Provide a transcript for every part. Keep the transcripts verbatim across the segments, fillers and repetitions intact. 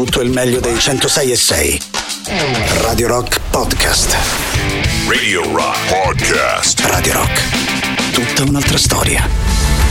tutto il meglio dei centosei e sei. Radio Rock Podcast. Radio Rock Podcast. Radio Rock. Tutta un'altra storia.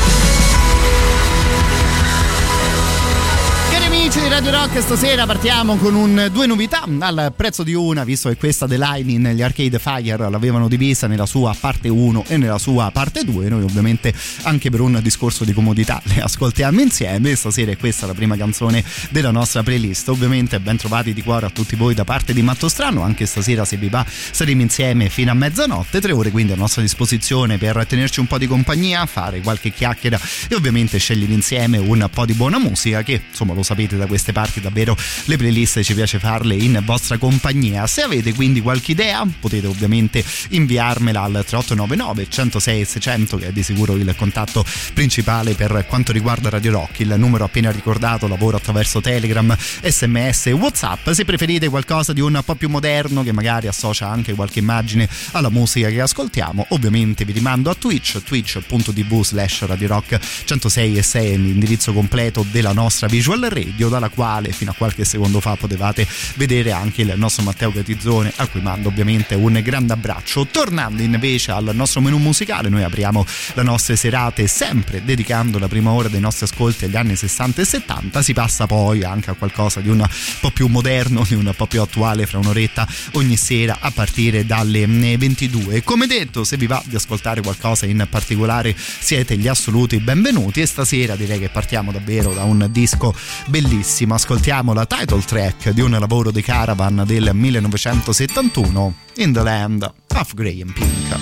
Amici di Radio Rock, stasera partiamo con un, due novità al prezzo di una, visto che questa The Lightning negli Arcade Fire l'avevano divisa nella sua parte uno e nella sua parte due. Noi ovviamente anche per un discorso di comodità le ascoltiamo insieme. Stasera è questa la prima canzone della nostra playlist. Ovviamente ben trovati di cuore a tutti voi da parte di Matto Strano. Anche stasera, se vi va, saremo insieme fino a mezzanotte, tre ore quindi a nostra disposizione per tenerci un po' di compagnia, fare qualche chiacchiera e ovviamente scegliere insieme un po' di buona musica, che insomma lo sapete, da queste parti davvero le playlist ci piace farle in vostra compagnia. Se avete quindi qualche idea potete ovviamente inviarmela al tre otto nove nove centosei seicento, che è di sicuro il contatto principale per quanto riguarda Radio Rock. Il numero appena ricordato lavora attraverso Telegram, sms e WhatsApp. Se preferite qualcosa di un po' più moderno, che magari associa anche qualche immagine alla musica che ascoltiamo, ovviamente vi rimando a Twitch, twitch.tv slash Radio Rock centosei e sei, l'indirizzo completo della nostra visual radio, dalla quale fino a qualche secondo fa potevate vedere anche il nostro Matteo Gatizzone, a cui mando ovviamente un grande abbraccio. Tornando invece al nostro menù musicale, noi apriamo le nostre serate sempre dedicando la prima ora dei nostri ascolti agli anni sessanta e settanta, si passa poi anche a qualcosa di un po' più moderno, di un po' più attuale fra un'oretta ogni sera a partire dalle ventidue. Come detto, se vi va di ascoltare qualcosa in particolare siete gli assoluti benvenuti, e stasera direi che partiamo davvero da un disco bellissimo. Ascoltiamo la title track di un lavoro di Caravan del millenovecentosettantuno, In the Land of Grey and Pink.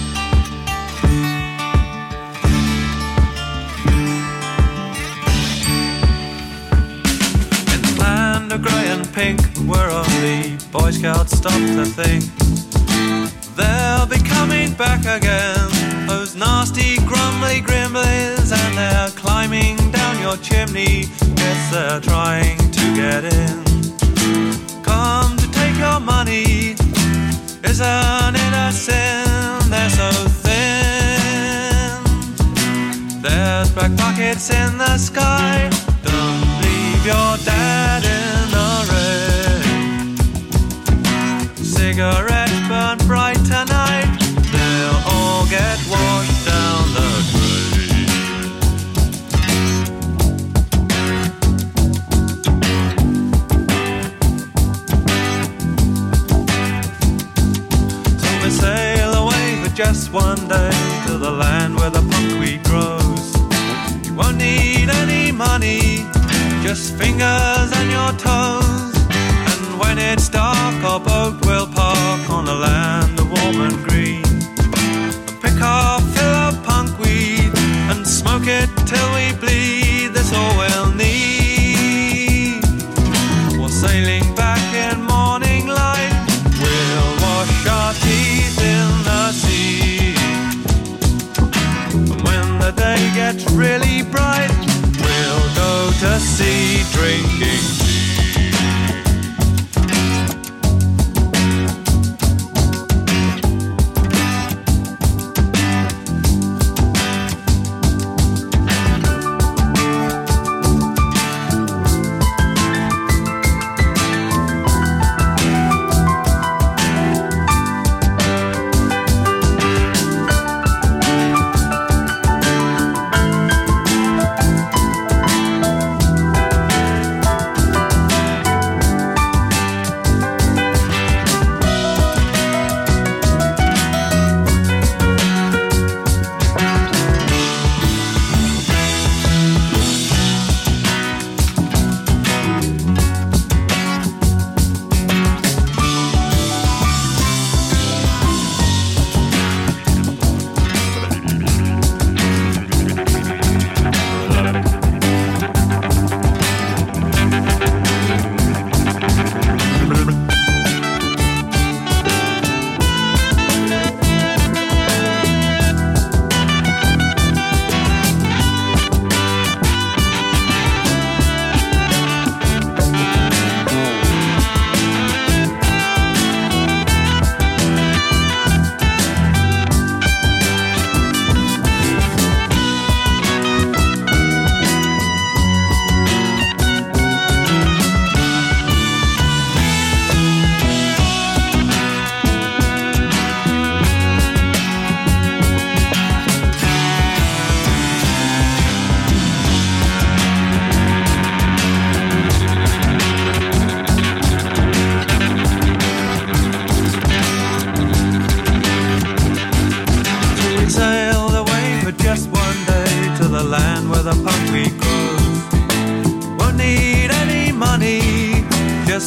In the land of grey and pink, where only Boy Scouts stop to think they'll be coming back again, those nasty grumbly grimblies, and they're climbing down your chimney. Guess they're trying to get in. Come to take your money, isn't it a sin? They're so thin. There's black buckets in the sky. Don't leave your dad in the rain. Cigarettes burn bright tonight, they'll all get washed down the drain. So we sail away for just one day to the land where the buckwheat grows. You won't need any money, just fingers and your toes. And when it's dark, our boat will park on the land of warm and green, and pick our fill of punkweed and smoke it till we bleed. That's all we'll need. While sailing back in morning light, we'll wash our teeth in the sea. And when the day gets really bright, we'll go to sea drinking tea.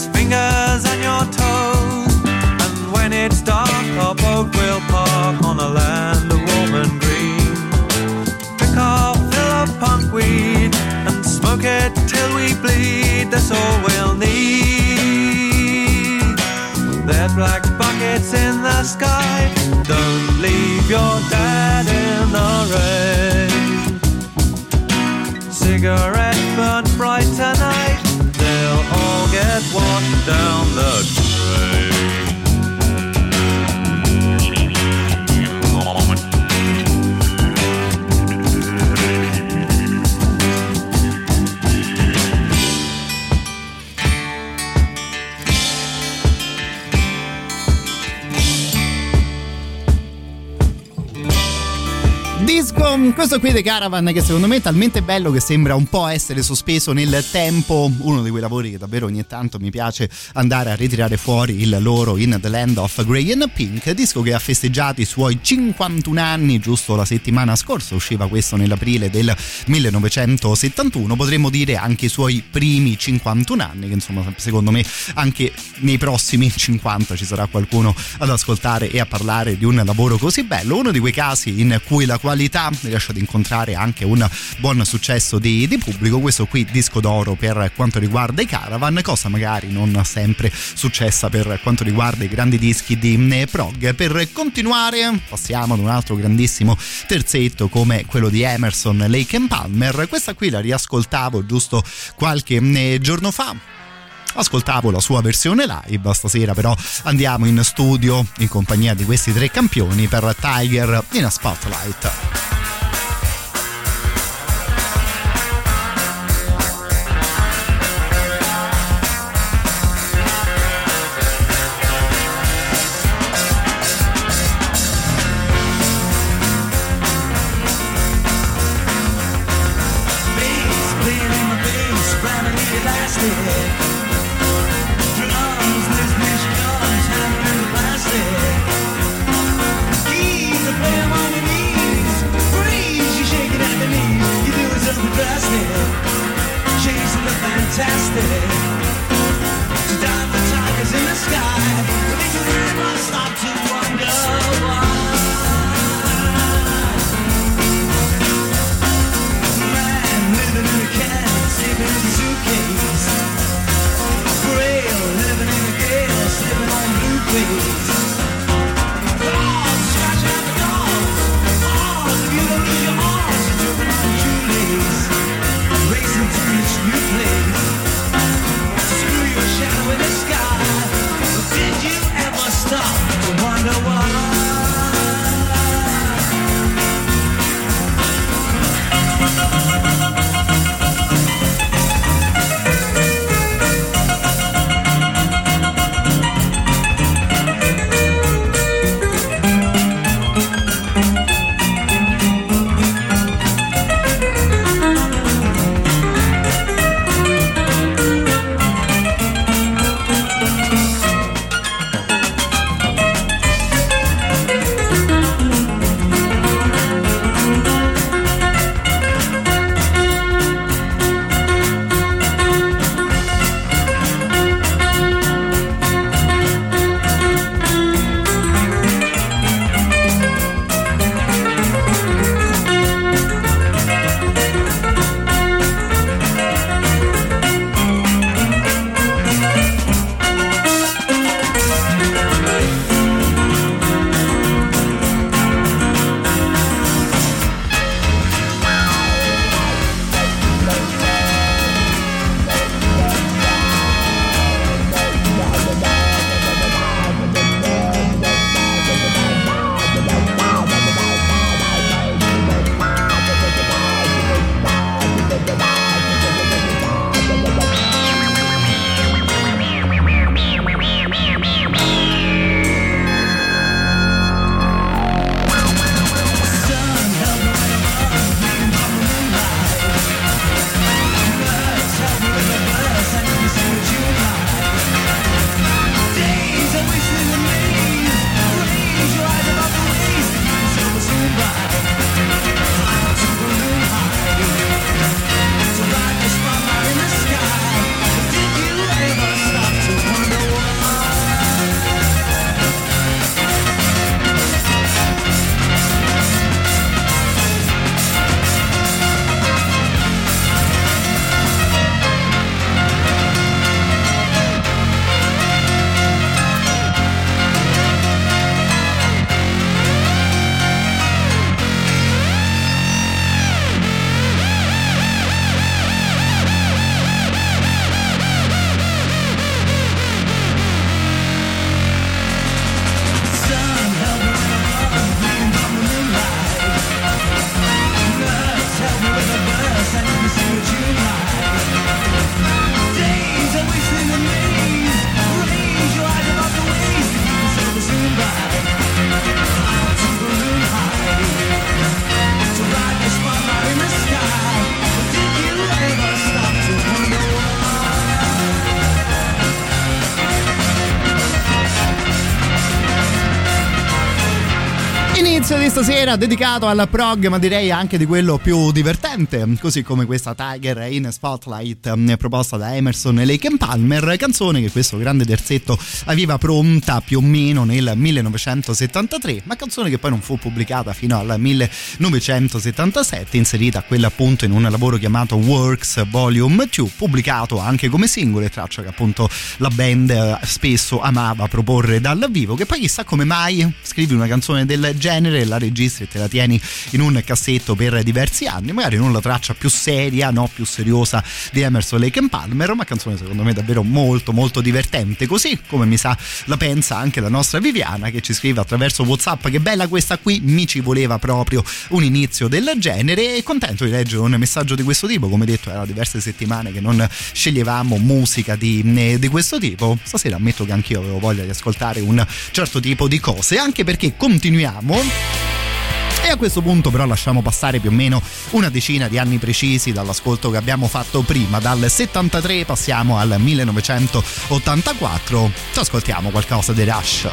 his fingers and your toes. And when it's dark, our boat will park on a land of warm and green. Pick our fill of punkweed and smoke it till we bleed. That's all we'll need. There are black buckets in the sky. Don't leave your dad in the rain. Cigarette burnt bright tonight. They'll all get washed down the drain. Disco, questo qui dei Caravan, che secondo me è talmente bello che sembra un po' essere sospeso nel tempo, uno di quei lavori che davvero ogni tanto mi piace andare a ritirare fuori il loro In the Land of Grey and Pink, disco che ha festeggiato i suoi cinquantuno anni giusto la settimana scorsa, usciva questo nell'aprile del millenovecentosettantuno, potremmo dire anche i suoi primi cinquantuno anni, che insomma secondo me anche nei prossimi cinquanta ci sarà qualcuno ad ascoltare e a parlare di un lavoro così bello, uno di quei casi in cui la qualità riesce ad incontrare anche un buon successo di, di pubblico. Questo qui disco d'oro per quanto riguarda i Caravan, cosa magari non sempre successa per quanto riguarda i grandi dischi di prog. Per continuare passiamo ad un altro grandissimo terzetto come quello di Emerson, Lake and Palmer. Questa qui la riascoltavo giusto qualche giorno fa, ascoltavo la sua versione live. Stasera però andiamo in studio in compagnia di questi tre campioni per Tiger in a Spotlight. Fantastic to dive the tigers in the sky. But they do never stop to wonder why. Man living in a can, sleeping in a suitcase. Frail, living in a gale, slipping on blue face. Dogs scratching at the doors. Arms, if you don't lose your arms, you're tripping on a shoelace. Racing to this new place. Inizio di stasera dedicato al prog, ma direi anche di quello più divertente, così come questa Tiger in Spotlight proposta da Emerson, Lake and Palmer, canzone che questo grande terzetto aveva pronta più o meno nel millenovecentosettantatré, ma canzone che poi non fu pubblicata fino al millenovecentosettantasette, inserita quella appunto in un lavoro chiamato Works Volume due, pubblicato anche come singolo, traccia che appunto la band spesso amava proporre dal vivo, che poi chissà come mai scrivi una canzone del genere, la registri e te la tieni in un cassetto per diversi anni, magari non la traccia più seria, no, più seriosa di Emerson, Lake and Palmer, ma canzone secondo me davvero molto molto divertente, così come mi sa la pensa anche la nostra Viviana, che ci scrive attraverso WhatsApp: che bella questa qui, mi ci voleva proprio un inizio del genere. E contento di leggere un messaggio di questo tipo, come detto era diverse settimane che non sceglievamo musica di, di questo tipo, stasera ammetto che anch'io avevo voglia di ascoltare un certo tipo di cose, anche perché continuiamo. E a questo punto però lasciamo passare più o meno una decina di anni precisi dall'ascolto che abbiamo fatto prima, dal settantatré passiamo al millenovecentottantaquattro, ci ascoltiamo qualcosa dei Rush.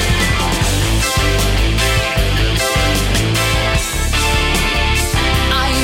I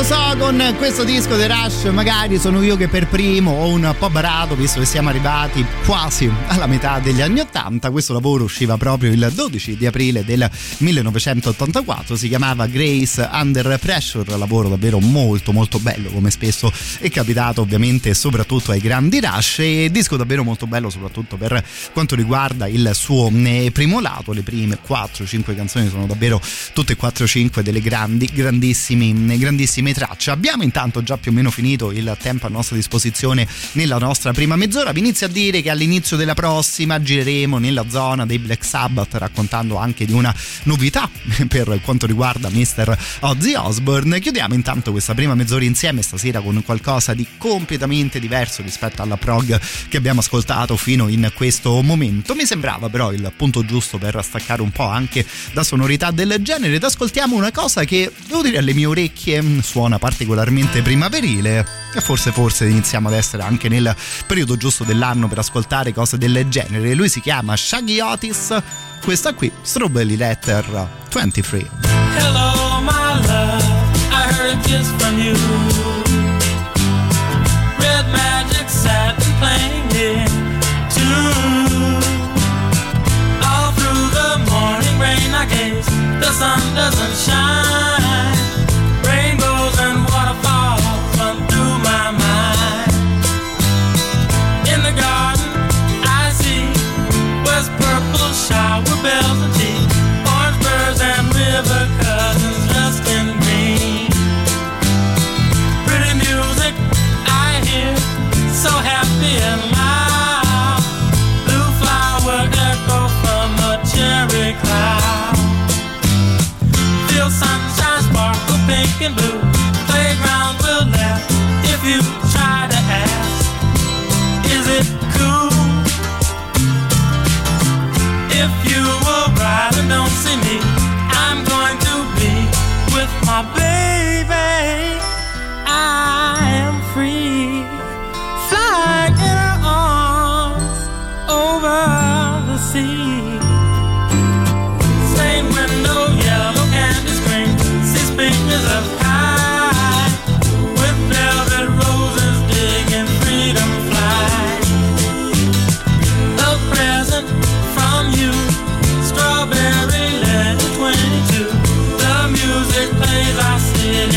so, con questo disco dei Rush magari sono io che per primo ho un po' barato, visto che siamo arrivati quasi alla metà degli anni ottanta. Questo lavoro usciva proprio il dodici di aprile del millenovecentottantaquattro, si chiamava Grace Under Pressure, lavoro davvero molto molto bello, come spesso è capitato ovviamente soprattutto ai grandi Rush, e disco davvero molto bello soprattutto per quanto riguarda il suo primo lato. Le prime quattro cinque canzoni sono davvero tutte e quattro cinque delle grandi grandissime grandissime tracce. Abbiamo intanto già più o meno finito il tempo a nostra disposizione nella nostra prima mezz'ora. Vi inizio a dire che all'inizio della prossima gireremo nella zona dei Black Sabbath, raccontando anche di una novità per quanto riguarda mister Ozzy Osbourne. Chiudiamo intanto questa prima mezz'ora insieme stasera con qualcosa di completamente diverso rispetto alla prog che abbiamo ascoltato fino in questo momento. Mi sembrava però il punto giusto per staccare un po' anche da sonorità del genere, ed ascoltiamo una cosa che devo dire alle mie orecchie suona particolarmente primaverile, e forse forse iniziamo ad essere anche nel periodo giusto dell'anno per ascoltare cose del genere. Lui si chiama Shaggy Otis, questa qui Strawberry Letter ventitré. Hello my love, I heard a kiss from you. Red magic satin playing here too. All through the morning rain I gaze, the sun doesn't shine. Rainbows and waterfalls run through my mind. In the garden I see west purple shower bells and tea, orange birds and river cousins dressed in green. Pretty music I hear, so happy and loud. Blue flower echo from a cherry cloud. Feel sunshine sparkle pink and blue. Playground will laugh if you try to ask, is it cool? If you arrive and don't see me, I'm going to be with my baby. I am free, flying in her arms over the sea. Same window, yellow candy screen, see speakers up high, with velvet roses digging freedom fly. A present from you, Strawberry Letter twenty-two. The music plays, I sit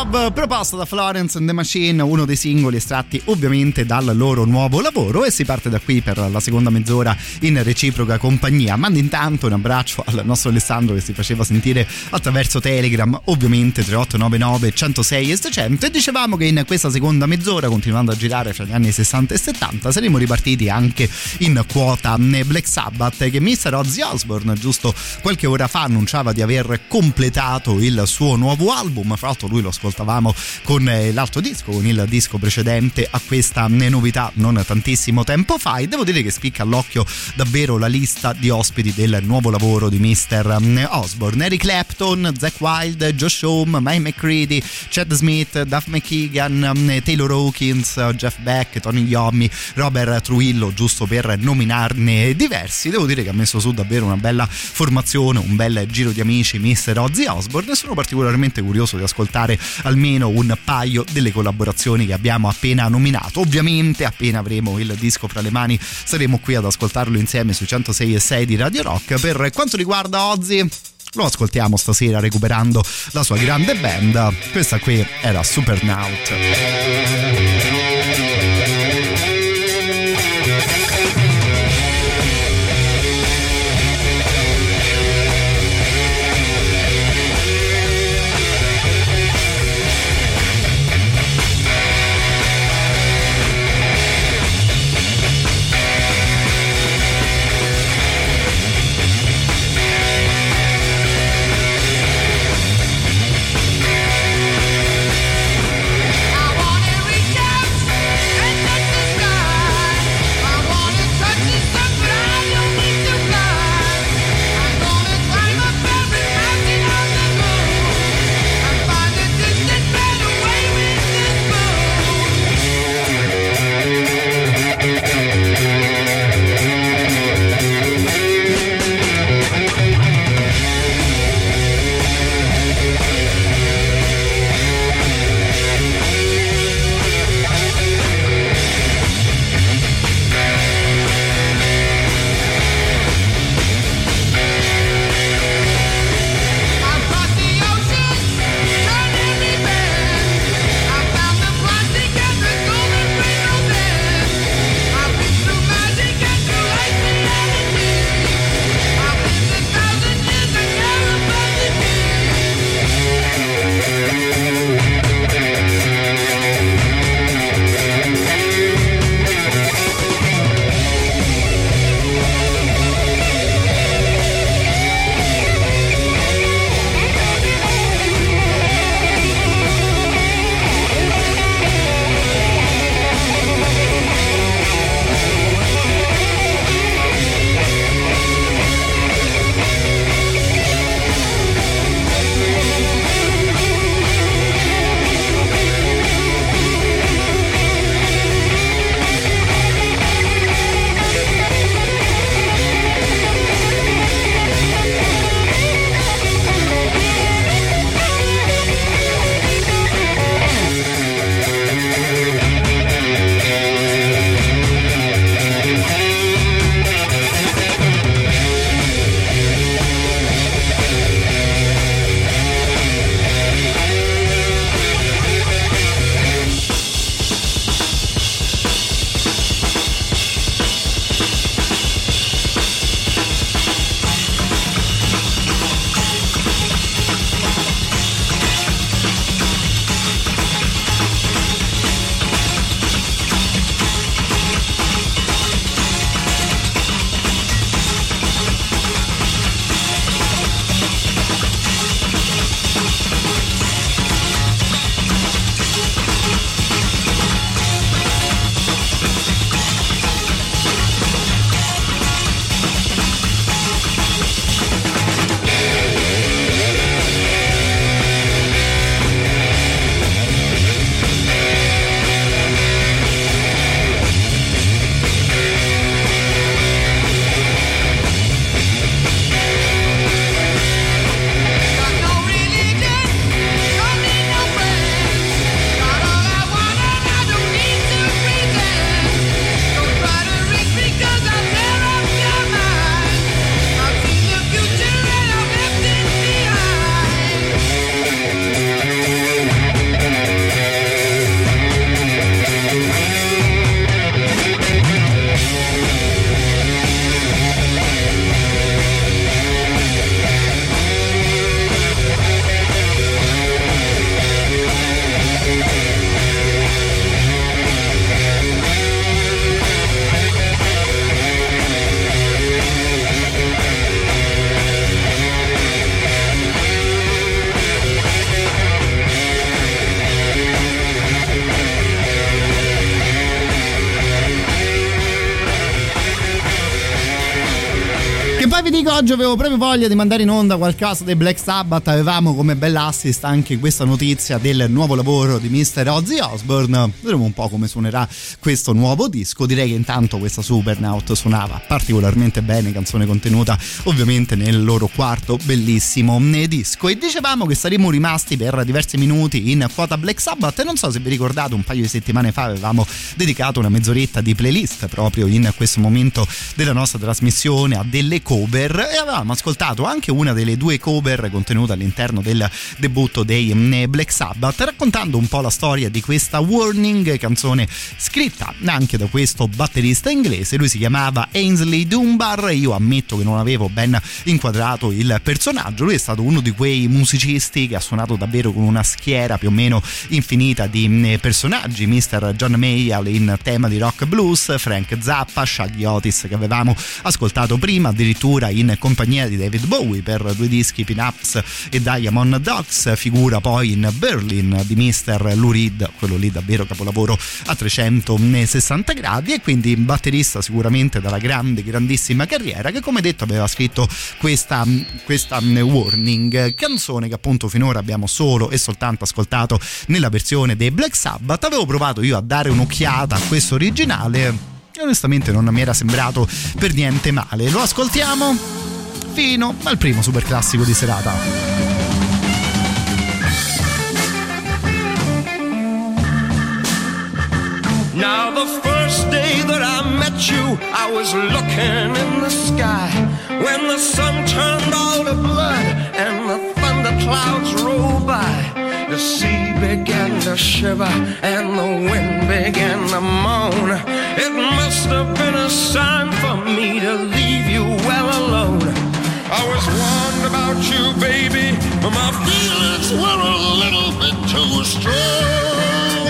Love, proposta da Florence and the Machine, uno dei singoli estratti ovviamente dal loro nuovo lavoro, e si parte da qui per la seconda mezz'ora in reciproca compagnia. Mando intanto un abbraccio al nostro Alessandro che si faceva sentire attraverso Telegram, ovviamente tre otto nove nove uno zero sei e seicento, e dicevamo che in questa seconda mezz'ora, continuando a girare fra gli anni sessanta e settanta, saremo ripartiti anche in quota Black Sabbath, che mister Ozzy Osbourne giusto qualche ora fa annunciava di aver completato il suo nuovo album. Fra l'altro lui lo ascoltavamo con l'altro disco, con il disco precedente a questa novità non tantissimo tempo fa, e devo dire che spicca all'occhio davvero la lista di ospiti del nuovo lavoro di mister Osbourne: Eric Clapton, Zakk Wylde, Josh Homme, Mike McCready, Chad Smith, Duff McKagan, Taylor Hawkins, Jeff Beck, Tony Iommi, Robert Trujillo, giusto per nominarne diversi. Devo dire che ha messo su davvero una bella formazione, un bel giro di amici mister Ozzy Osbourne, e sono particolarmente curioso di ascoltare almeno un paio delle collaborazioni che abbiamo appena nominato. Ovviamente appena avremo il disco fra le mani saremo qui ad ascoltarlo insieme sui centosei e sei di Radio Rock. Per quanto riguarda Ozzy, lo ascoltiamo stasera recuperando la sua grande band. Questa qui era Supernaut. I wanna reach out Ma vi dico, oggi avevo proprio voglia di mandare in onda qualcosa dei Black Sabbath. Avevamo come bell'assist anche questa notizia del nuovo lavoro di mister Ozzy Osbourne. Vedremo un po' come suonerà questo nuovo disco. Direi che intanto questa Supernaut suonava particolarmente bene, canzone contenuta ovviamente nel loro quarto bellissimo disco. E dicevamo che saremmo rimasti per diversi minuti in quota Black Sabbath, e non so se vi ricordate, un paio di settimane fa avevamo dedicato una mezz'oretta di playlist proprio in questo momento della nostra trasmissione a delle cover, e avevamo ascoltato anche una delle due cover contenute all'interno del debutto dei Black Sabbath, raccontando un po' la storia di questa Warning, canzone scritta anche da questo batterista inglese. Lui si chiamava Ainsley Dunbar. Io ammetto che non avevo ben inquadrato il personaggio. Lui è stato uno di quei musicisti che ha suonato davvero con una schiera più o meno infinita di personaggi: mister John Mayall in tema di rock blues, Frank Zappa, Shaggy Otis che avevamo ascoltato prima, addirittura in compagnia di David Bowie per due dischi, Pin-Ups e Diamond Dogs. Figura poi in Berlin di mister Lou Reed, quello lì davvero capolavoro a trecentosessanta gradi, e quindi batterista sicuramente dalla grande grandissima carriera, che come detto aveva scritto questa, questa Warning, canzone che appunto finora abbiamo solo e soltanto ascoltato nella versione dei Black Sabbath. Avevo provato io a dare un'occhiata a questo originale e onestamente non mi era sembrato per niente male. Lo ascoltiamo fino al primo super classico di serata. Now the first day that I met you, I was looking in the sky when the sun turned all to blood and the thunder clouds rolled by. The sea began to shiver and the wind began to moan. It must have been a sign for me to leave you well alone. I was warned about you, baby, but my feelings were a little bit too strong.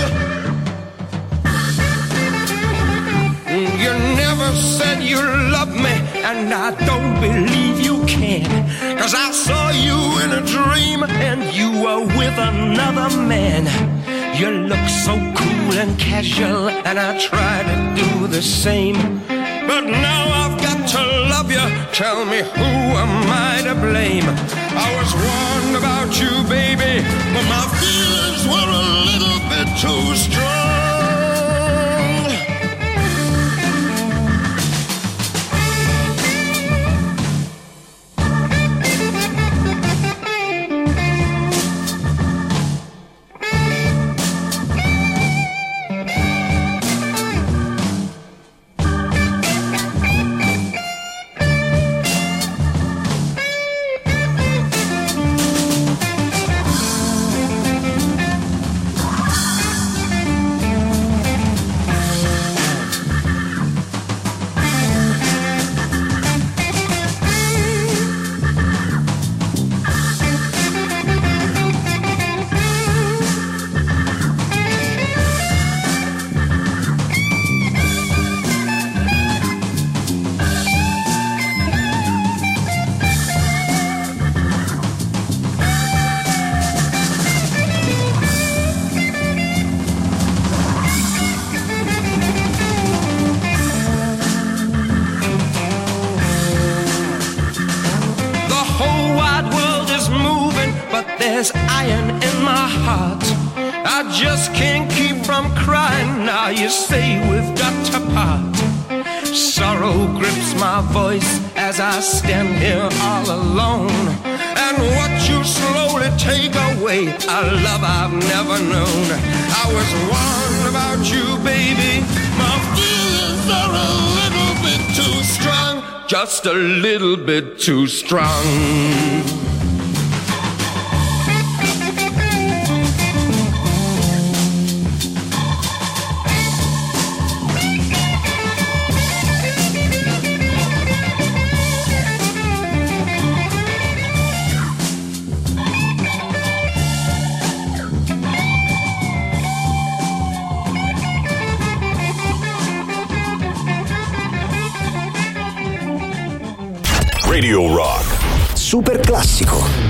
You never said you loved me, and I don't believe you can. Cause I saw you in a dream, and you were with another man. You look so cool and casual, and I try to do the same. But now I've got to love you, tell me who am I to blame? I was warned about you, baby, but my feelings were a little bit too strong. There's iron in my heart. I just can't keep from crying. Now you say we've got to part. Sorrow grips my voice as I stand here all alone. And what you slowly take away, a love I've never known. I was warned about you, baby. My feelings are a little bit too strong. Just a little bit too strong. Radio Rock. Super classico.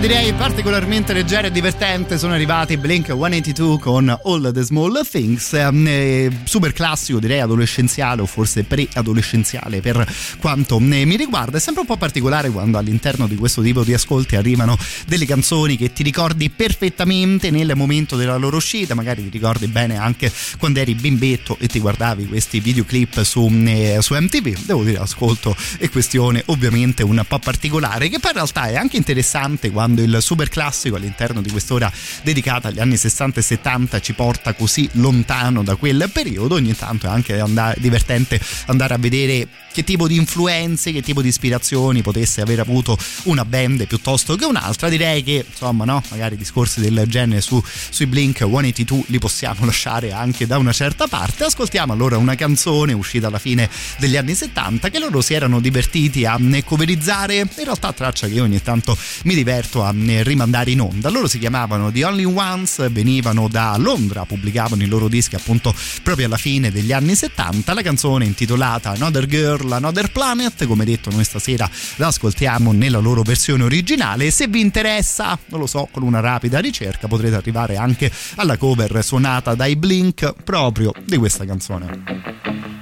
direi particolarmente leggera e divertente sono arrivati Blink centottantadue con All the Small Things, eh, super classico, direi adolescenziale o forse pre-adolescenziale per quanto eh, mi riguarda. È sempre un po' particolare quando all'interno di questo tipo di ascolti arrivano delle canzoni che ti ricordi perfettamente nel momento della loro uscita, magari ti ricordi bene anche quando eri bimbetto e ti guardavi questi videoclip su, eh, su M T V. Devo dire, ascolto e questione ovviamente un po' particolare, che poi in realtà è anche interessante quando il super classico all'interno di quest'ora dedicata agli anni sessanta e settanta ci porta così lontano da quel periodo. Ogni tanto è anche andare, divertente andare a vedere che tipo di influenze, che tipo di ispirazioni potesse aver avuto una band piuttosto che un'altra. Direi che insomma, no, magari discorsi del genere su, sui Blink centottantadue li possiamo lasciare anche da una certa parte. Ascoltiamo allora una canzone uscita alla fine degli anni settanta che loro si erano divertiti a coverizzare, in realtà traccia che io ogni tanto mi diverto a rimandare in onda. Loro si chiamavano The Only Ones, venivano da Londra, pubblicavano i loro dischi appunto proprio alla fine degli anni settanta. La canzone è intitolata Another Girl, Another Planet, come detto noi stasera la ascoltiamo nella loro versione originale. Se vi interessa, non lo so, con una rapida ricerca potrete arrivare anche alla cover suonata dai Blink proprio di questa canzone.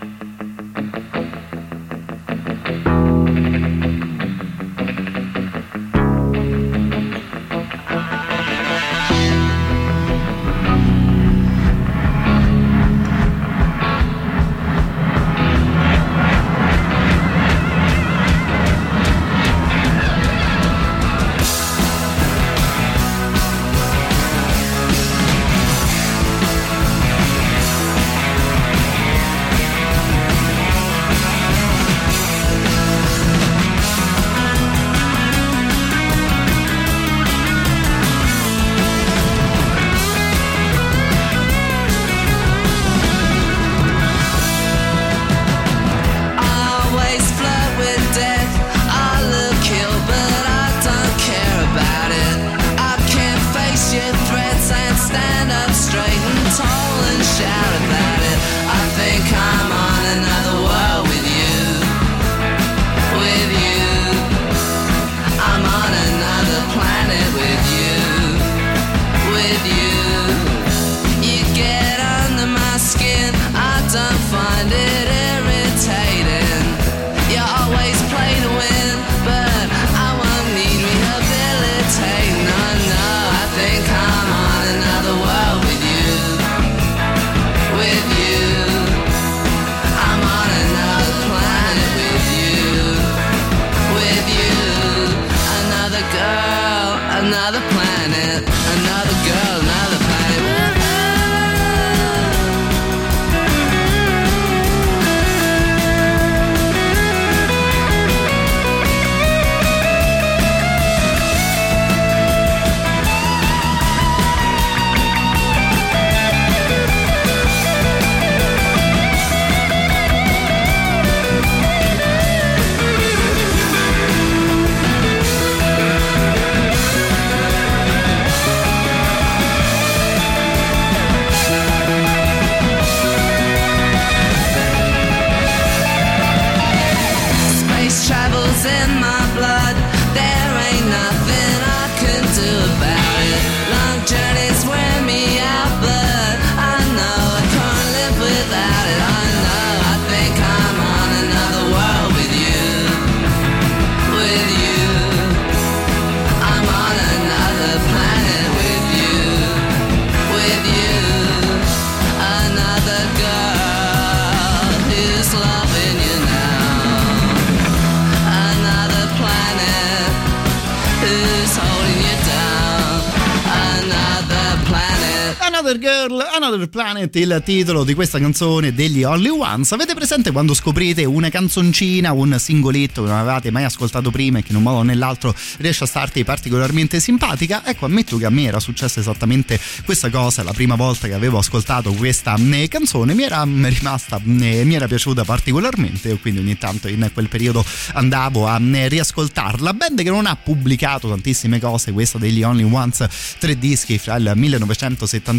Another Planet, il titolo di questa canzone degli Only Ones. Avete presente quando scoprite una canzoncina, un singoletto che non avevate mai ascoltato prima e che in un modo o nell'altro riesce a starti particolarmente simpatica? Ecco, ammetto che a me era successa esattamente questa cosa la prima volta che avevo ascoltato questa canzone. Mi era rimasta, mi era piaciuta particolarmente e quindi ogni tanto in quel periodo andavo a riascoltarla. Band che non ha pubblicato tantissime cose, questa degli Only Ones, tre dischi fra il millenovecentosettantuno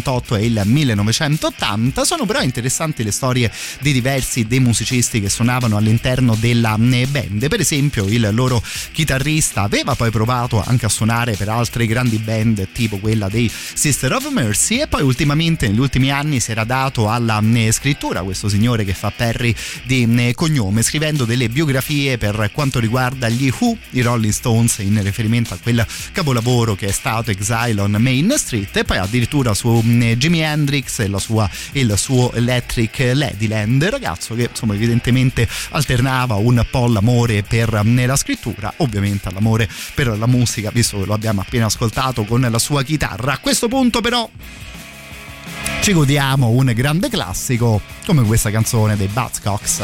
millenovecentosettantotto e il millenovecentottanta. Sono però interessanti le storie di diversi dei musicisti che suonavano all'interno della band. Per esempio il loro chitarrista aveva poi provato anche a suonare per altre grandi band tipo quella dei Sister of Mercy, e poi ultimamente negli ultimi anni si era dato alla scrittura, questo signore che fa Perry di cognome, scrivendo delle biografie per quanto riguarda gli Who, i Rolling Stones, in riferimento a quel capolavoro che è stato Exile on Main Street, e poi addirittura su Jimi Hendrix e la sua, il suo Electric Ladyland, ragazzo che insomma evidentemente alternava un po' l'amore per la scrittura, ovviamente all'amore per la musica, visto che lo abbiamo appena ascoltato con la sua chitarra. A questo punto però ci godiamo un grande classico come questa canzone dei Buzzcocks.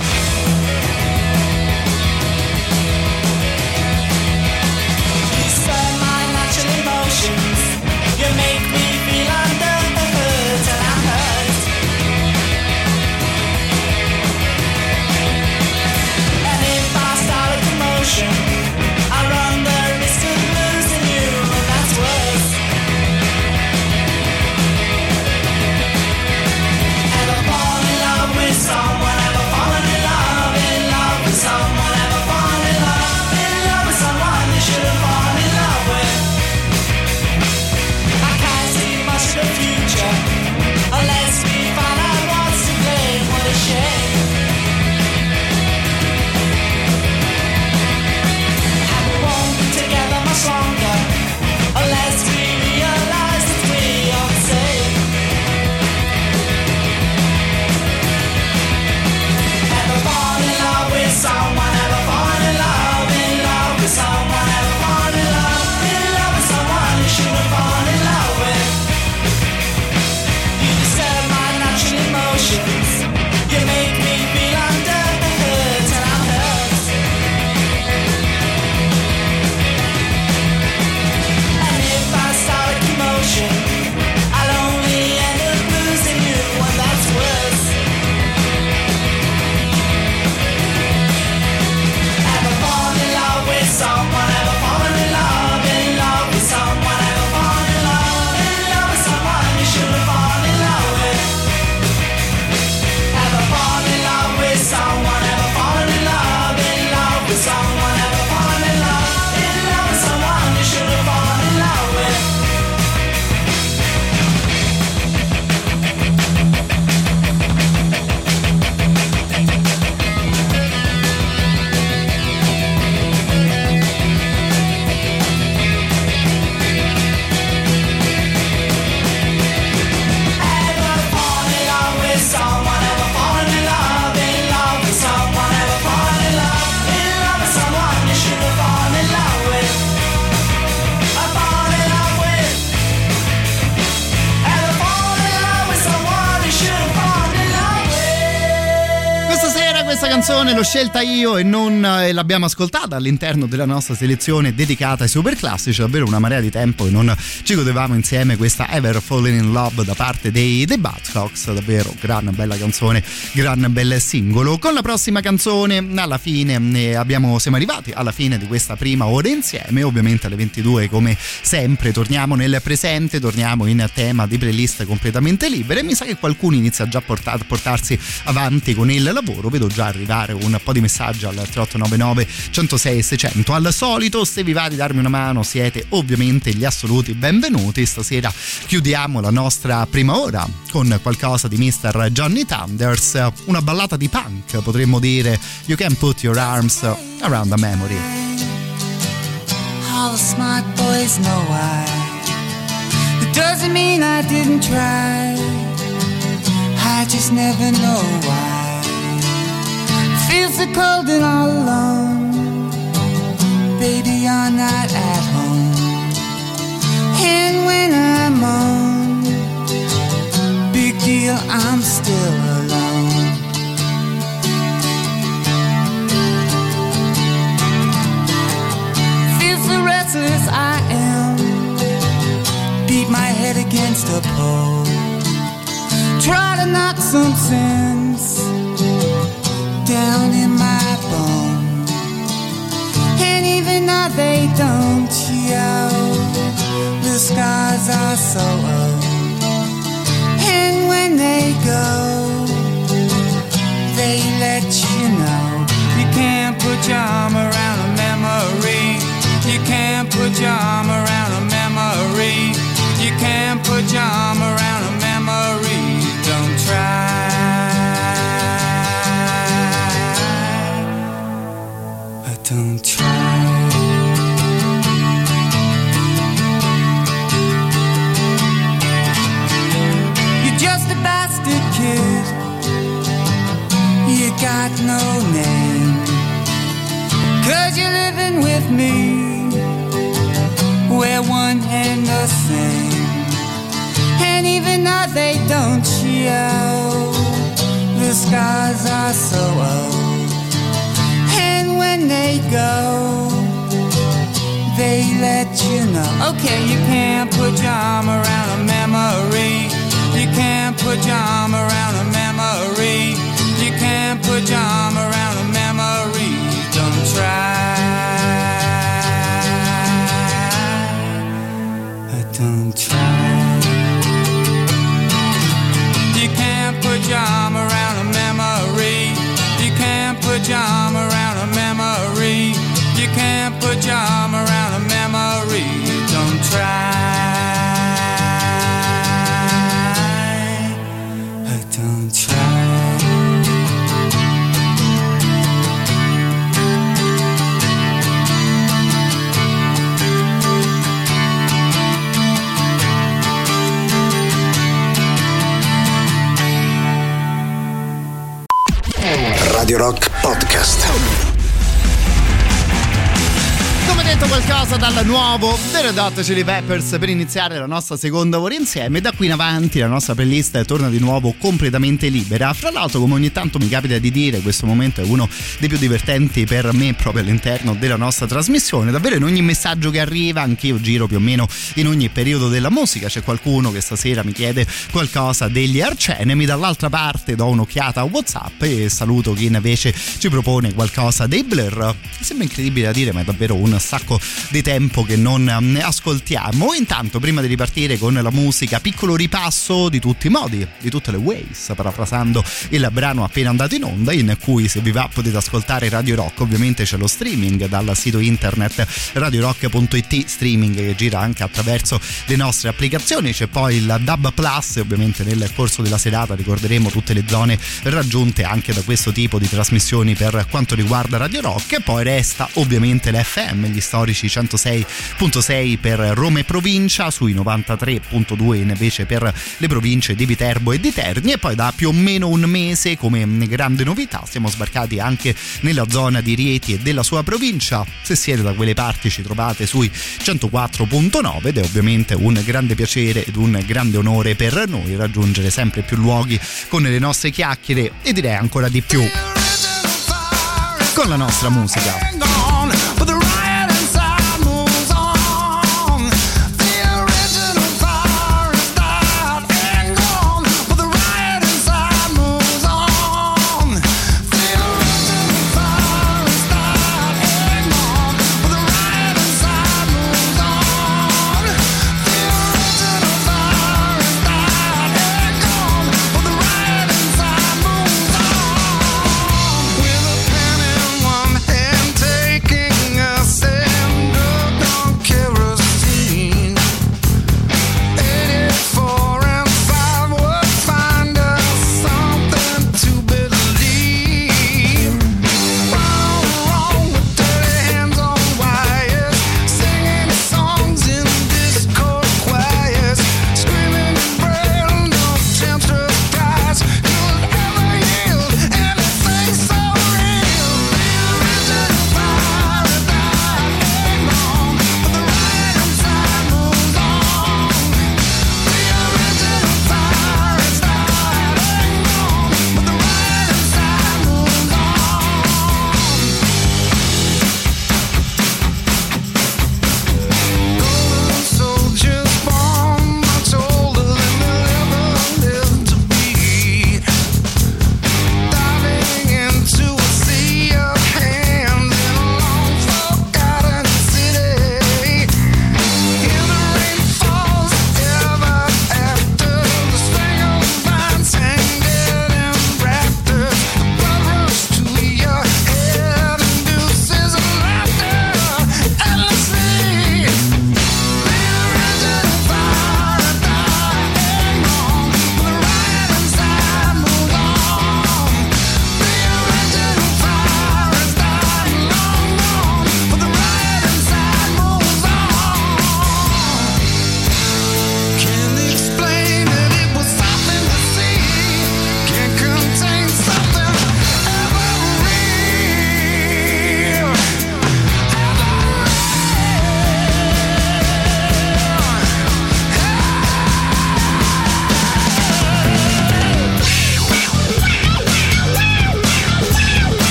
Canzone l'ho scelta io e non eh, l'abbiamo ascoltata all'interno della nostra selezione dedicata ai super classici. Davvero una marea di tempo che non ci godevamo insieme questa Ever Falling in Love da parte dei The Buzzcocks. Davvero gran bella canzone, gran bel singolo. Con la prossima canzone alla fine eh, abbiamo, siamo arrivati alla fine di questa prima ora insieme. Ovviamente alle ventidue come sempre torniamo nel presente, torniamo in tema di playlist completamente libere. Mi sa che qualcuno inizia già a portar, portarsi avanti con il lavoro, vedo già arrivare un po' di messaggi al tre otto nove nove uno zero sei sei zero zero. Al solito, se vi va di darmi una mano, siete ovviamente gli assoluti benvenuti. Stasera chiudiamo la nostra prima ora con qualcosa di mister Johnny Thunders, una ballata di punk, potremmo dire. You Can Put Your Arms Around a Memory. All the smart boys know why. It doesn't mean I didn't try, I just never know why. Feels so cold and all alone, baby, you're not at home. And when I'm on, big deal, I'm still alone. Feel so restless I am, beat my head against a pole, try to knock some sense down in my bones, and even now they don't show. The scars are so old, kid. You got no name, 'cause you're living with me. We're one and the same, and even though they don't show, the scars are so old. And when they go, they let you know. Okay, you can't put your arm around a memory. You can't put your arm around a memory. You can't put your arm around a memory. Don't try. Don't try. You can't put your arm around a memory. You can't put your arm around a memory. You can't put your arm around a memory. Don't try. Don't try. Radio Rock Podcast. Come detto, qualcosa dal nuovo The Red Hot Chili Peppers per iniziare la nostra seconda ora insieme. Da qui in avanti la nostra playlist torna di nuovo completamente libera. Fra l'altro, come ogni tanto mi capita di dire, questo momento è uno dei più divertenti per me proprio all'interno della nostra trasmissione. Davvero in ogni messaggio che arriva, anch'io giro più o meno in ogni periodo della musica. C'è qualcuno che stasera mi chiede qualcosa degli Arch Enemy, dall'altra parte do un'occhiata a WhatsApp e saluto chi invece ci propone qualcosa dei Blur. Sembra incredibile da dire, ma è davvero un sacco di tempo che non ascoltiamo. Intanto, prima di ripartire con la musica, piccolo ripasso di tutti i modi, di tutte le ways, parafrasando il brano appena andato in onda, in cui se vi va potete ascoltare Radio Rock. Ovviamente c'è lo streaming dal sito internet radio rock punto it, streaming che gira anche attraverso le nostre applicazioni. C'è poi il D A B Plus e ovviamente nel corso della serata ricorderemo tutte le zone raggiunte anche da questo tipo di trasmissioni per quanto riguarda Radio Rock. E poi resta ovviamente l'F M, gli storici centosei virgola sei per Roma e provincia, sui novantatré virgola due invece per le province di Viterbo e di Terni. E poi da più o meno un mese, come grande novità, siamo sbarcati anche nella zona di Rieti e della sua provincia. Se siete da quelle parti ci trovate sui centoquattro virgola nove ed è ovviamente un grande piacere ed un grande onore per noi raggiungere sempre più luoghi con le nostre chiacchiere e direi ancora di più con la nostra musica. With a pen in one hand,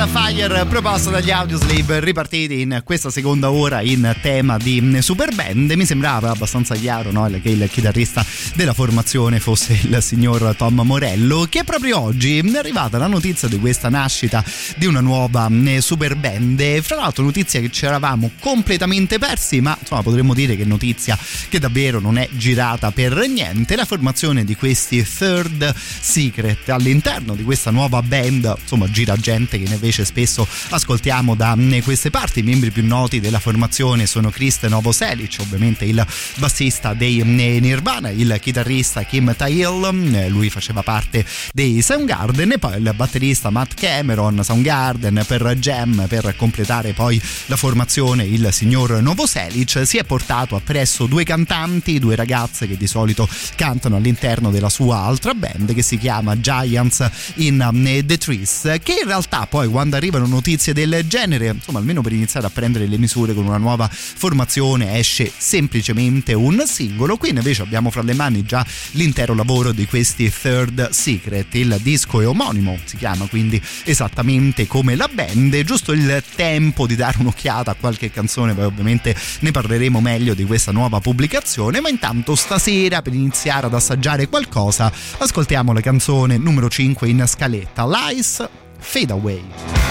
Artificial Fire proposta dagli Audioslave, ripartiti in questa seconda ora in tema di super band. Mi sembrava abbastanza chiaro, no, che il chitarrista della formazione fosse il signor Tom Morello, che proprio oggi è arrivata la notizia di questa nascita di una nuova super band. Fra l'altro notizia che ci eravamo completamente persi, ma insomma potremmo dire che notizia che davvero non è girata per niente. La formazione di questi Third Secret, all'interno di questa nuova band insomma gira gente che invece spesso ascoltiamo da queste parti. I membri più noti della formazione sono Krist Novoselic, ovviamente il bassista dei Nirvana, il chitarrista Kim Thayil, lui faceva parte dei Soundgarden, e poi il batterista Matt Cameron, Soundgarden per Jam. Per completare poi la formazione il signor Novoselic si è portato appresso due cantanti, due ragazze che di solito cantano all'interno della sua altra band che si chiama Giants in the Trees, che in realtà poi quando arrivano notizie del genere, insomma almeno per iniziare a prendere le misure con una nuova formazione, esce semplicemente un singolo. Qui invece abbiamo fra le mani già l'intero lavoro di questi Third Secret, il disco è omonimo, si chiama quindi esattamente come la band. È giusto il tempo di dare un'occhiata a qualche canzone, poi ovviamente ne parleremo meglio di questa nuova pubblicazione, ma intanto stasera per iniziare ad assaggiare qualcosa ascoltiamo la canzone numero cinque in scaletta, Lies Fade Away.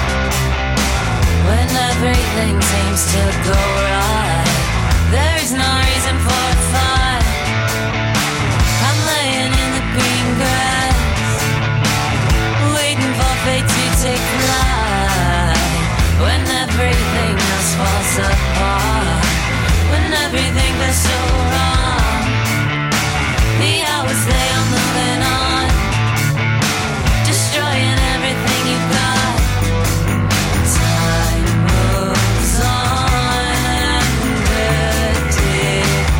When everything seems to go right, there's no reason for a fight. I'm laying in the green grass, waiting for fate to take flight. When everything else falls apart, when everything feels so wrong, the hours they are moving on, destroying everything you've got. Time moves on and good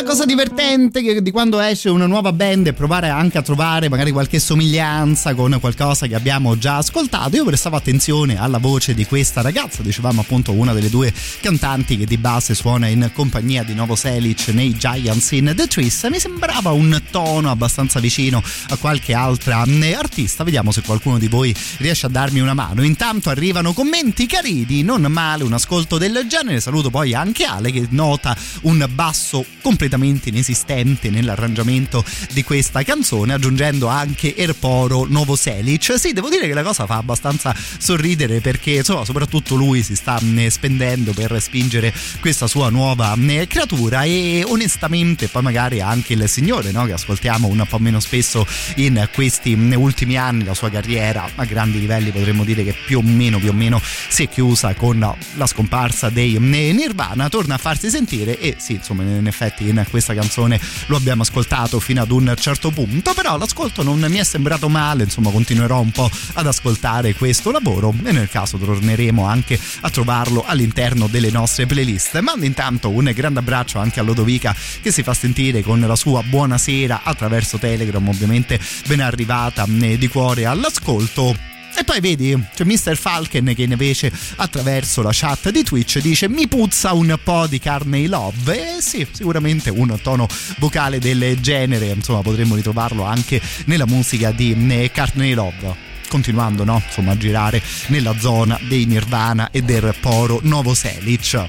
cosa divertente che di quando esce una nuova band è provare anche a trovare magari qualche somiglianza con qualcosa che abbiamo già ascoltato. Io prestavo attenzione alla voce di questa ragazza, dicevamo appunto una delle due cantanti che di base suona in compagnia di Novoselic nei Giants in the Trees. Mi sembrava un tono abbastanza vicino a qualche altra artista. Vediamo se qualcuno di voi riesce a darmi una mano. Intanto arrivano commenti carini, non male un ascolto del genere. Saluto poi anche Ale che nota un basso completamente inesistente nell'arrangiamento di questa canzone, aggiungendo anche Erporo Novoselic. Sì, devo dire che la cosa fa abbastanza sorridere perché insomma soprattutto lui si sta spendendo per spingere questa sua nuova creatura, e onestamente poi magari anche il signore, no, che ascoltiamo un po' meno spesso in questi ultimi anni, la sua carriera a grandi livelli potremmo dire che più o meno più o meno si è chiusa con la scomparsa dei Nirvana, torna a farsi sentire e sì, insomma in effetti in questa canzone lo abbiamo ascoltato fino ad un certo punto, però l'ascolto non mi è sembrato male, insomma continuerò un po' ad ascoltare questo lavoro e nel caso torneremo anche a trovarlo all'interno delle nostre playlist. Mando intanto un grande abbraccio anche a Lodovica che si fa sentire con la sua buonasera attraverso Telegram, ovviamente ben arrivata di cuore all'ascolto. E poi vedi, c'è mister Falken che invece attraverso la chat di Twitch dice mi puzza un po' di Courtney Love, e sì, sicuramente un tono vocale del genere insomma potremmo ritrovarlo anche nella musica di Courtney Love, continuando no insomma a girare nella zona dei Nirvana e del Poro Novoselic.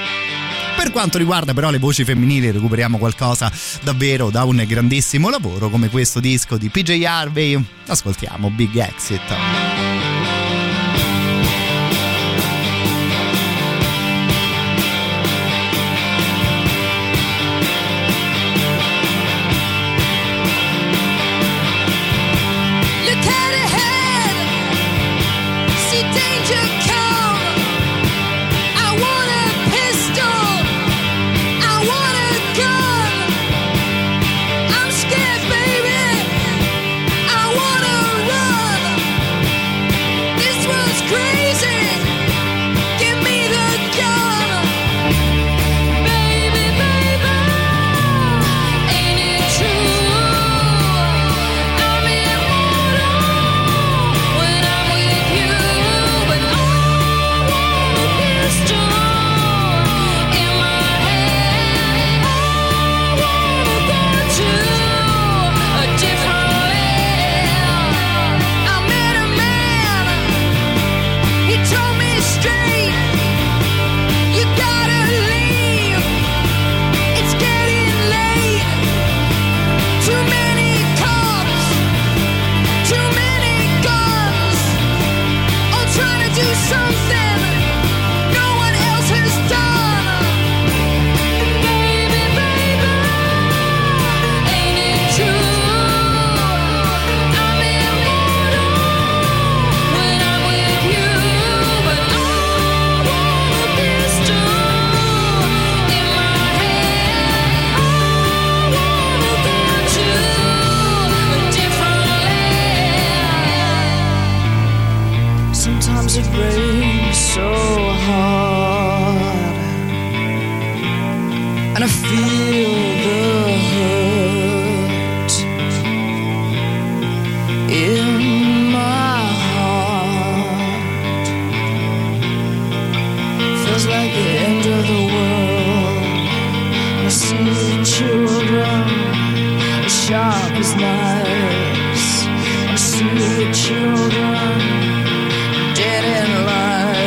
Per quanto riguarda però le voci femminili recuperiamo qualcosa davvero da un grandissimo lavoro come questo disco di P J Harvey. Ascoltiamo Big Exit.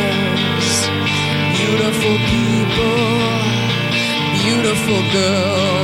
Girl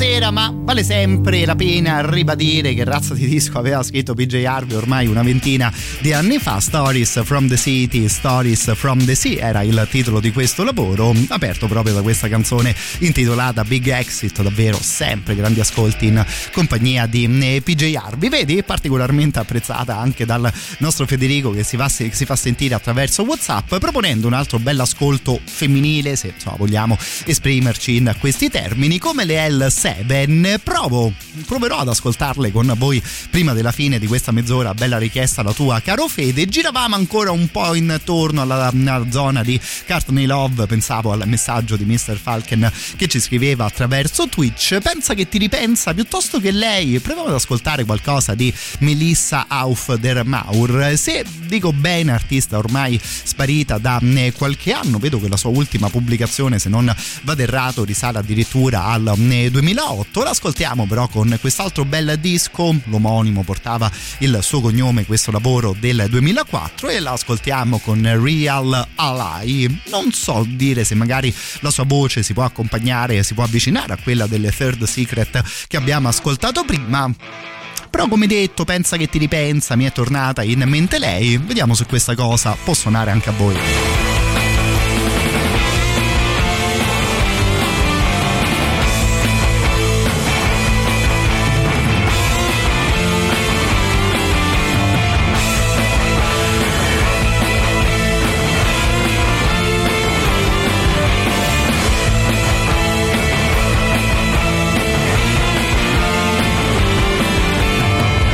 sera, ma vale sempre la pena ribadire che razza di disco aveva scritto P J Harvey ormai una ventina di anni fa. Stories from the City, Stories from the Sea era il titolo di questo lavoro, aperto proprio da questa canzone intitolata Big Exit. Davvero sempre grandi ascolti in compagnia di P J Harvey, vedi, particolarmente apprezzata anche dal nostro Federico, che si fa, si fa sentire attraverso WhatsApp, proponendo un altro bell'ascolto femminile, se insomma vogliamo esprimerci in questi termini, come le L sette. Provo, proverò ad ascoltarle con voi prima della fine di questa mezz'ora. Bella richiesta la tua, caro Fede. Giravamo ancora un po' intorno alla, alla zona di Courtney Love, pensavo al messaggio di mister Falken che ci scriveva attraverso Twitch. Pensa che ti ripensa piuttosto che lei. Proviamo ad ascoltare qualcosa di Melissa Auf der Maur. Se dico bene, artista ormai sparita da qualche anno, vedo che la sua ultima pubblicazione, se non vado errato, risale addirittura al duemilaotto. L'ascoltiamo però con quest'altro bel disco, l'omonimo portava il suo cognome, questo lavoro del duemilaquattro, e l'ascoltiamo con Real Ally. Non so dire se magari la sua voce si può accompagnare, si può avvicinare a quella delle Third Secret che abbiamo ascoltato prima, però come detto, pensa che ti ripensa, mi è tornata in mente lei. Vediamo se questa cosa può suonare anche a voi.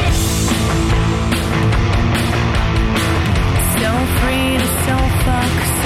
So free to so fuck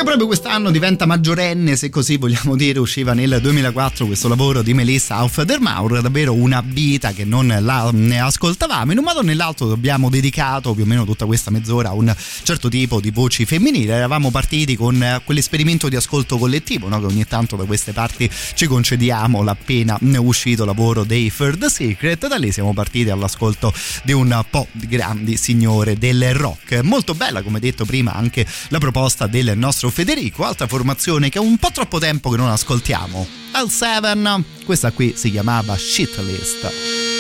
proprio quest'anno diventa maggiorenne, se così vogliamo dire. Usciva nel duemilaquattro questo lavoro di Melissa Auf der Maur, davvero una vita che non la ne ascoltavamo. In un modo o nell'altro abbiamo dedicato più o meno tutta questa mezz'ora a un certo tipo di voci femminili. Eravamo partiti con quell'esperimento di ascolto collettivo, no? Che ogni tanto da queste parti ci concediamo, l'appena uscito lavoro dei Third Secret. Da lì siamo partiti all'ascolto di un po' di grandi signore del rock. Molto bella, come detto prima, anche la proposta del nostro Federico, altra formazione che è un po' troppo tempo che non ascoltiamo. Al Seven, questa qui si chiamava Shitlist.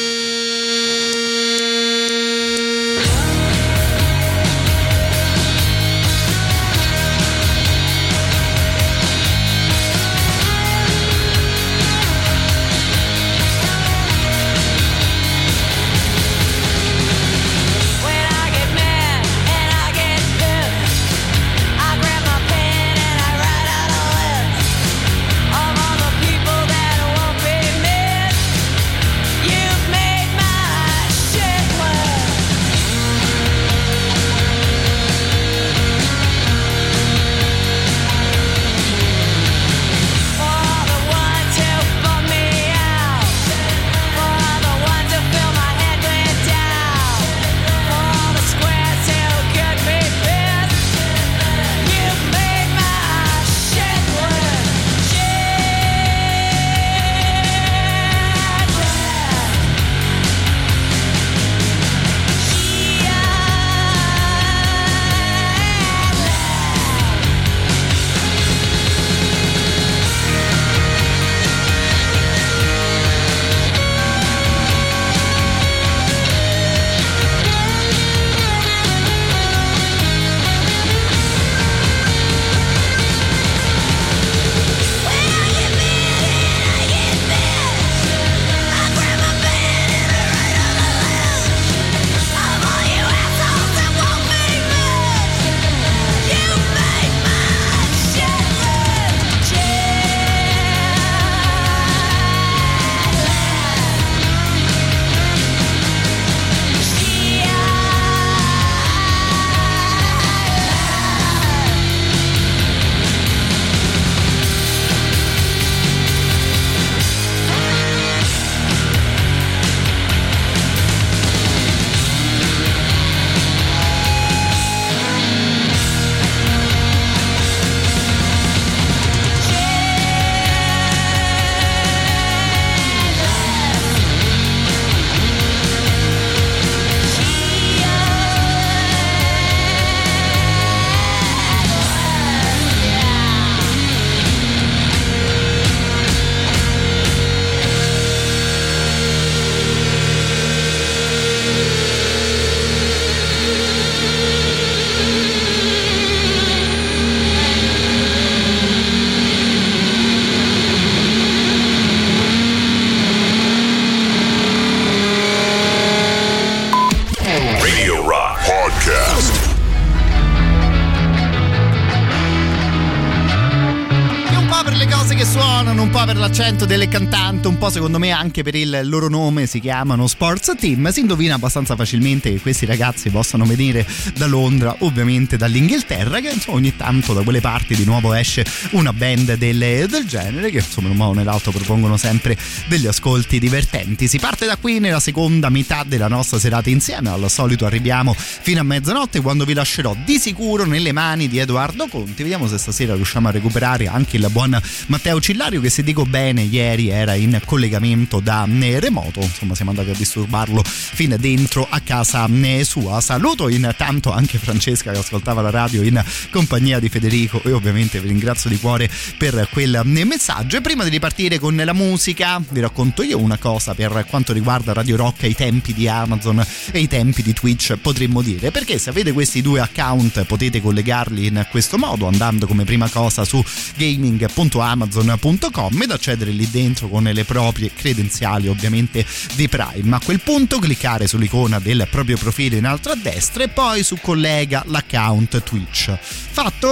L'accento delle cantanti, un po' secondo me anche per il loro nome, si chiamano Sports Team. Si indovina abbastanza facilmente che questi ragazzi possano venire da Londra, ovviamente dall'Inghilterra, che insomma ogni tanto da quelle parti di nuovo esce una band del, del genere, che insomma in un modo o nell'altro propongono sempre degli ascolti divertenti. Si parte da qui nella seconda metà della nostra serata insieme. Al solito arriviamo fino a mezzanotte, quando vi lascerò di sicuro nelle mani di Edoardo Conti. Vediamo se stasera riusciamo a recuperare anche il buon Matteo Cillario, che se dico bene ieri era in collegamento da remoto, insomma siamo andati a disturbarlo fin dentro a casa sua. Saluto intanto anche Francesca, che ascoltava la radio in compagnia di Federico, e ovviamente vi ringrazio di cuore per quel messaggio. E prima di ripartire con la musica vi racconto io una cosa per quanto riguarda Radio Rock, ai tempi di Amazon e i tempi di Twitch, potremmo dire, perché se avete questi due account potete collegarli in questo modo, andando come prima cosa su gaming punto amazon punto com ed accedere lì dentro con le proprie credenziali, ovviamente di Prime. A quel punto cliccare sull'icona del proprio profilo in alto a destra e poi su collega l'account Twitch. Fatto?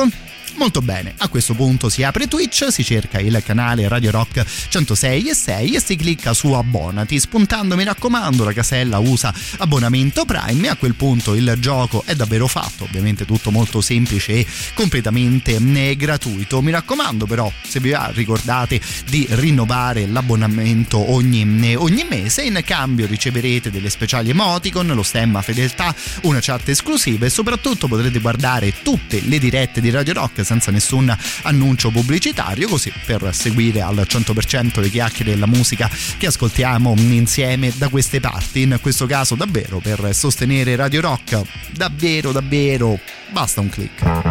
Molto bene, a questo punto si apre Twitch, si cerca il canale Radio Rock centosei e sei e si clicca su abbonati, spuntando, mi raccomando, la casella usa abbonamento Prime e a quel punto il gioco è davvero fatto, ovviamente tutto molto semplice e completamente gratuito. Mi raccomando però, se vi va, ricordate di rinnovare l'abbonamento ogni, ogni mese, in cambio riceverete delle speciali emoticon, lo stemma fedeltà, una chat esclusiva e soprattutto potrete guardare tutte le dirette di Radio Rock senza nessun annuncio pubblicitario, così per seguire al cento per cento le chiacchiere e la musica che ascoltiamo insieme da queste parti. In questo caso davvero per sostenere Radio Rock, davvero davvero basta un click.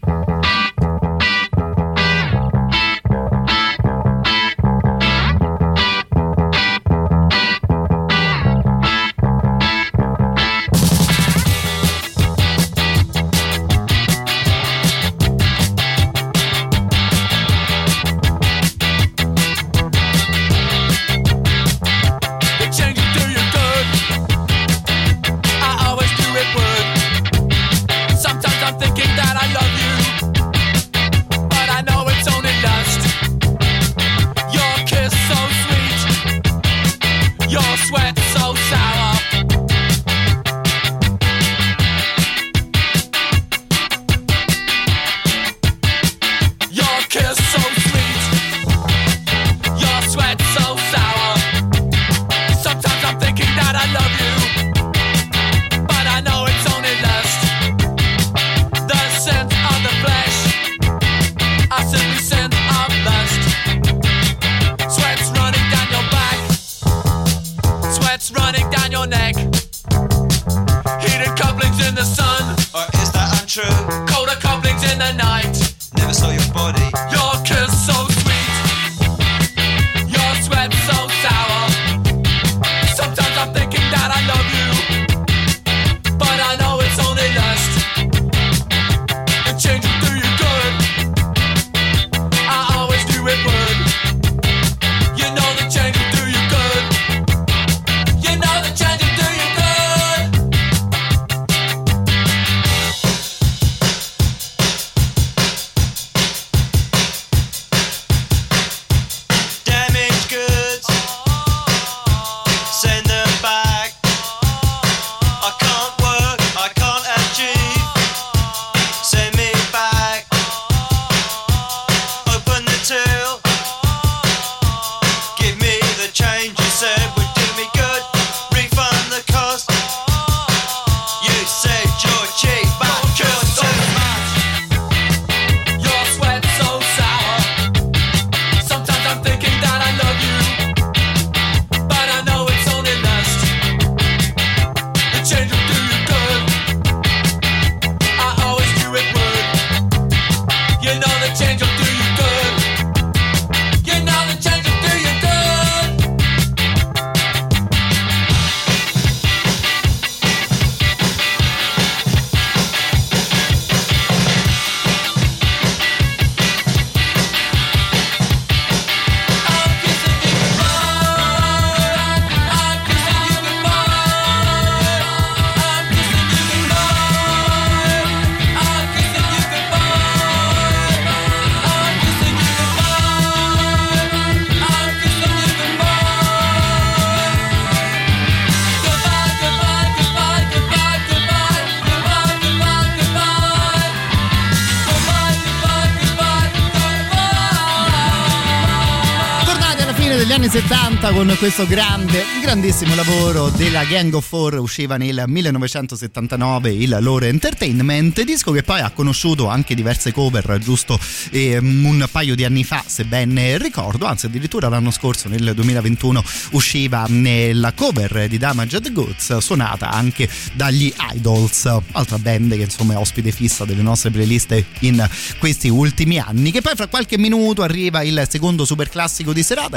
Degli anni settanta con questo grande, grandissimo lavoro della Gang of Four, usciva nel millenovecentosettantanove il loro Entertainment, disco che poi ha conosciuto anche diverse cover giusto eh, un paio di anni fa, se ben ricordo, anzi addirittura l'anno scorso nel duemilaventuno usciva la cover di Damaged Goods suonata anche dagli Idols, altra band che insomma è ospite fissa delle nostre playlist in questi ultimi anni. Che poi fra qualche minuto arriva il secondo super classico di serata in questo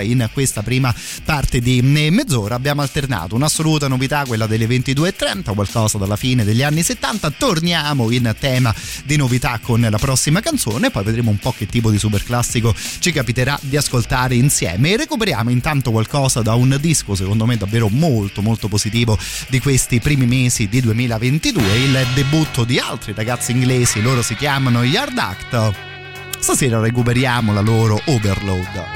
questa prima parte di mezz'ora. Abbiamo alternato un'assoluta novità, quella delle ventidue e trenta, qualcosa dalla fine degli anni settanta. Torniamo in tema di novità con la prossima canzone, poi vedremo un po' che tipo di super classico ci capiterà di ascoltare insieme. E recuperiamo intanto qualcosa da un disco secondo me davvero molto molto positivo di questi primi mesi di duemilaventidue, il debutto di altri ragazzi inglesi, loro si chiamano Yard Act. Stasera recuperiamo la loro Overload.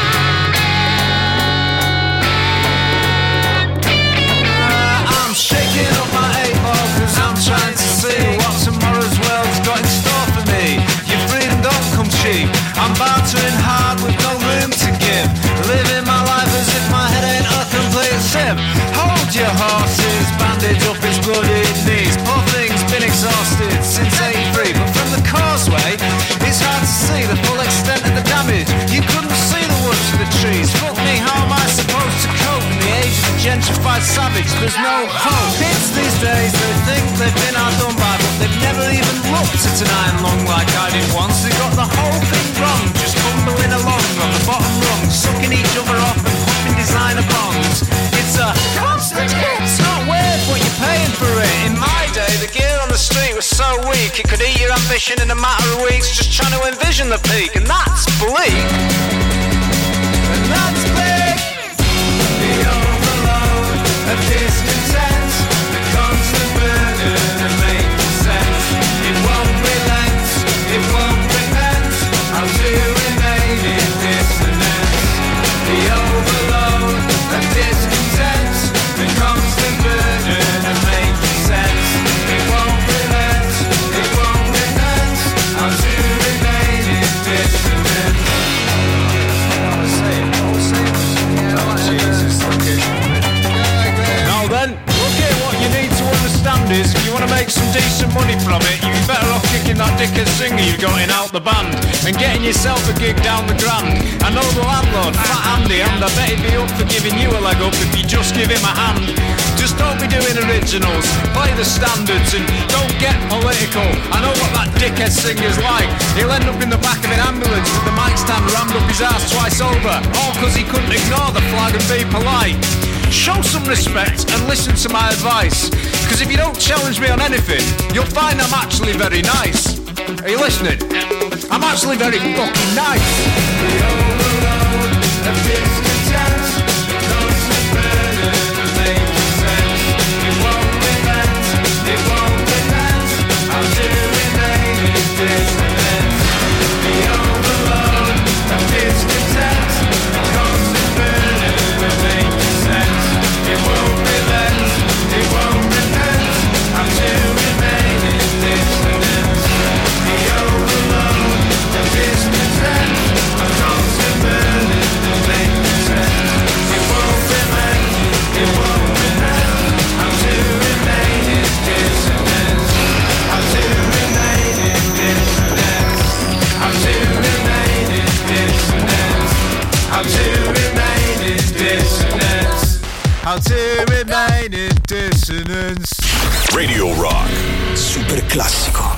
I'm shaking up my eight ball cause I'm trying to see what tomorrow's world's got in store for me. Your freedom don't come cheap, I'm bartering hard with no room to give. Living my life as if my head ain't a complete sieve. Hold your horses, bandage up its bloody knees. Poor thing's been exhausted since eighty-three, but from the causeway it's hard to see the full extent of the damage. You couldn't see the woods for the trees. Fuck me, how am I supposed to cope in the age of the gentrified savage? There's no hope. Kids these days, they think they've been outdone by, but they've never even looked at an iron lung like I did once. They got the whole thing wrong, just bumbling along on the bottom rung, sucking each other off and popping designer bongs. It's a constant hit, it's not weird what you're paying for it. In my day, the gear on the street was so weak, it could eat your ambition in a matter of weeks, just trying to envision the peak, and that's bleak. And that's big. The overload of discontent, the constant burden of making sense. It won't relent, it won't repent, I'll do remain in dissonance. The overload of discontent, the constant burden of making sense. It won't relent, it won't repent, I'll do remain in dissonance. Now then, look here, what you need to understand is if you want to make some decent money from it, you'd be better off kicking that dickhead singer you've got in out the band and getting yourself a gig down the Grand. I know the landlord, Fat Andy, and I bet he'd be up for giving you a leg up if you just give him a hand. Just don't be doing originals, play the standards and don't get political. I know what that dickhead singer's like. He'll end up in the back of an ambulance with the mic stand rammed up his ass twice over, all cause he couldn't ignore the flag and be polite. Show some respect and listen to my advice, cause if you don't challenge me on anything, you'll find I'm actually very nice. Are you listening? I'm actually very fucking nice. The overload of discontent, the constant burden of making sense. It won't relent, it won't repent, I'll do remain in dissonance. The overload of discontent, the constant burden of making sense. It won't relent, it won't repent, I'll do remain in dissonance. The overload of discontent, the constant burden of making sense. It won't relent, it won't repent, I'll do remain in dissonance. I'll do remain in dissonance. I'll do remain in dissonance. I'll do remain in dissonance. I'll do remain in dissonance. Radio Rock. Super classico.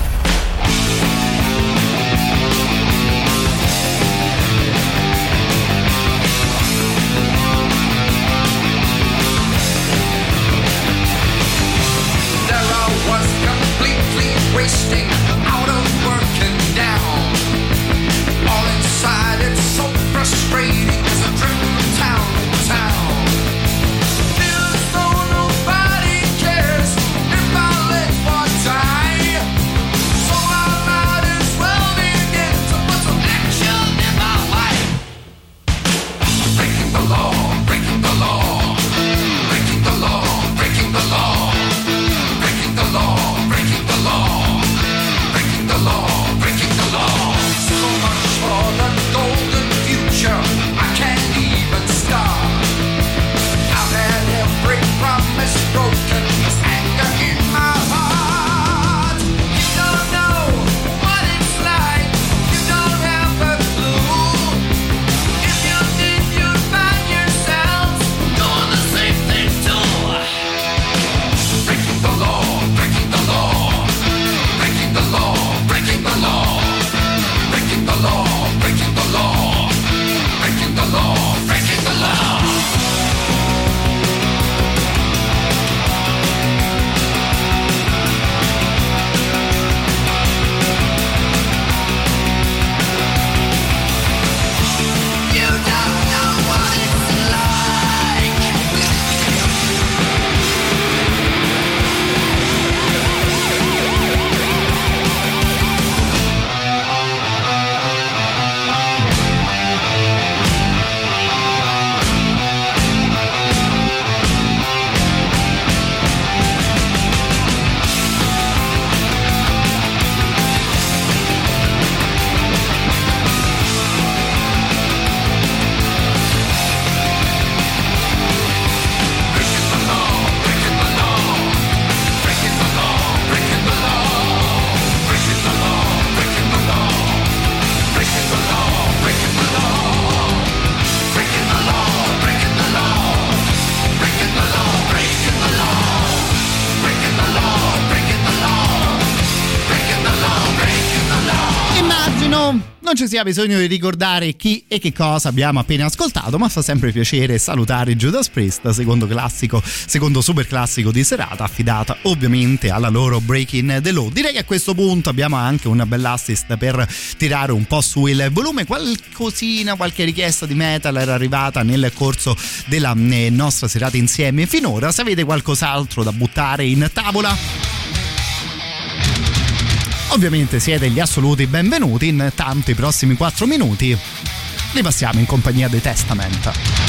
There I was completely wasting, out of work and down. All inside it's so frustrating as I drift from town to town. Feels as though nobody cares if I let one die. So I lied Non ci sia bisogno di ricordare chi e che cosa abbiamo appena ascoltato, ma fa sempre piacere salutare Judas Priest, secondo classico, secondo super classico di serata, affidata ovviamente alla loro Breaking the Law. Direi che a questo punto abbiamo anche un bell'assist per tirare un po' su il volume. Qualcosina, qualche richiesta di metal era arrivata nel corso della nostra serata insieme finora. Se avete qualcos'altro da buttare in tavola, ovviamente siete gli assoluti benvenuti. Intanto i prossimi quattro minuti li passiamo in compagnia dei Testament.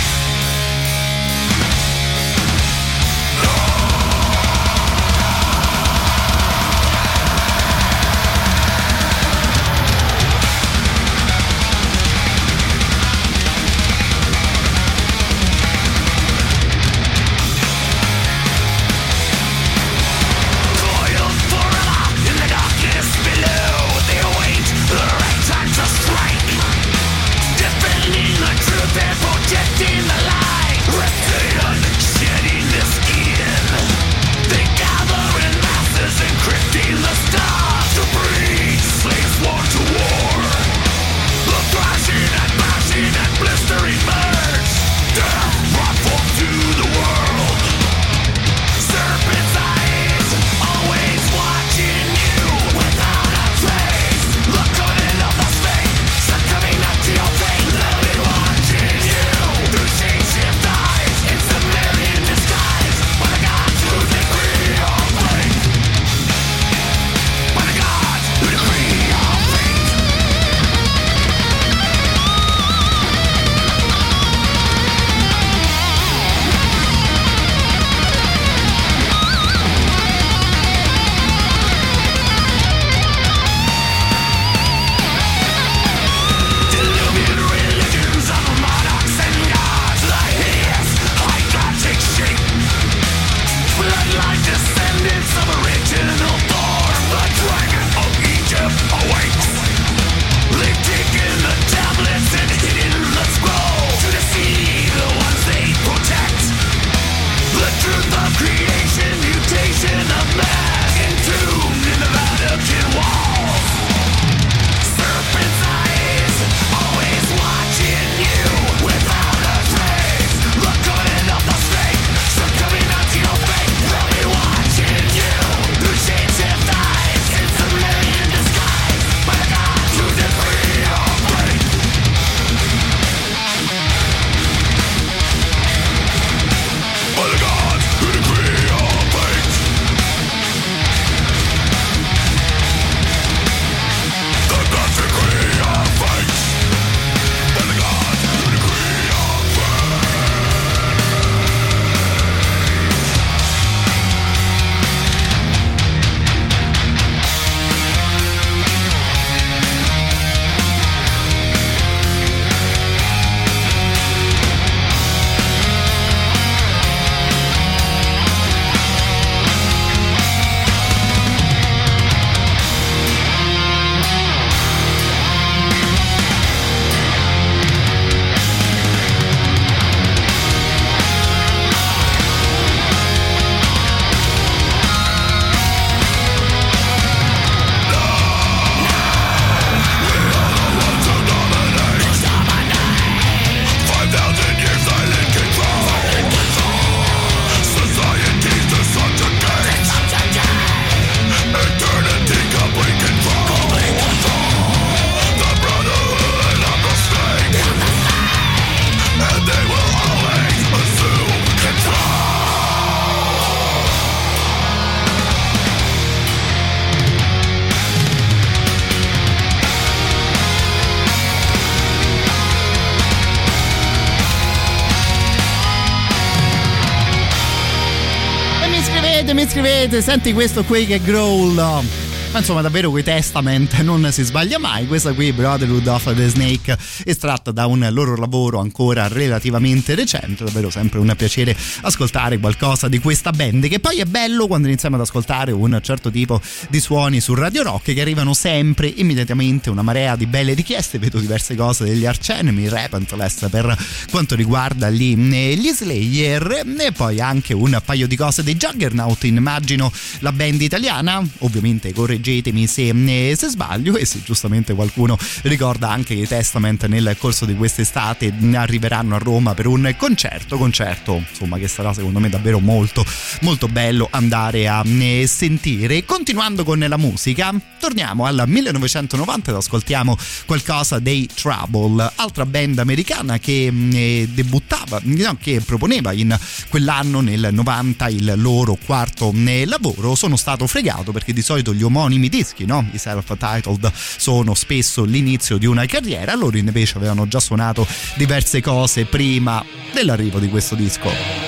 Mi scrivete, senti questo qui che growl. Ma insomma davvero quei Testament non si sbaglia mai. Questa qui, Brotherhood of the Snake, estratta da un loro lavoro ancora relativamente recente. Davvero sempre un piacere ascoltare qualcosa di questa band, che poi è bello quando iniziamo ad ascoltare un certo tipo di suoni su Radio Rock, che arrivano sempre immediatamente una marea di belle richieste. Vedo diverse cose degli Arch Enemy, Repentless per quanto riguarda gli, gli Slayer, e poi anche un paio di cose dei Juggernaut, immagino la band italiana, ovviamente correggiamo correggetemi se, se sbaglio, e se giustamente qualcuno ricorda anche che i Testament nel corso di quest'estate arriveranno a Roma per un concerto, concerto insomma che sarà secondo me davvero molto molto bello andare a sentire. Continuando con la musica, torniamo al millenovecentonovanta ed ascoltiamo qualcosa dei Trouble, altra band americana che eh, debuttava, no, che proponeva in quell'anno nel novanta il loro quarto eh, lavoro. Sono stato fregato perché di solito gli omonimi dischi, no? I self-titled, sono spesso l'inizio di una carriera. Loro invece avevano già suonato diverse cose prima dell'arrivo di questo disco.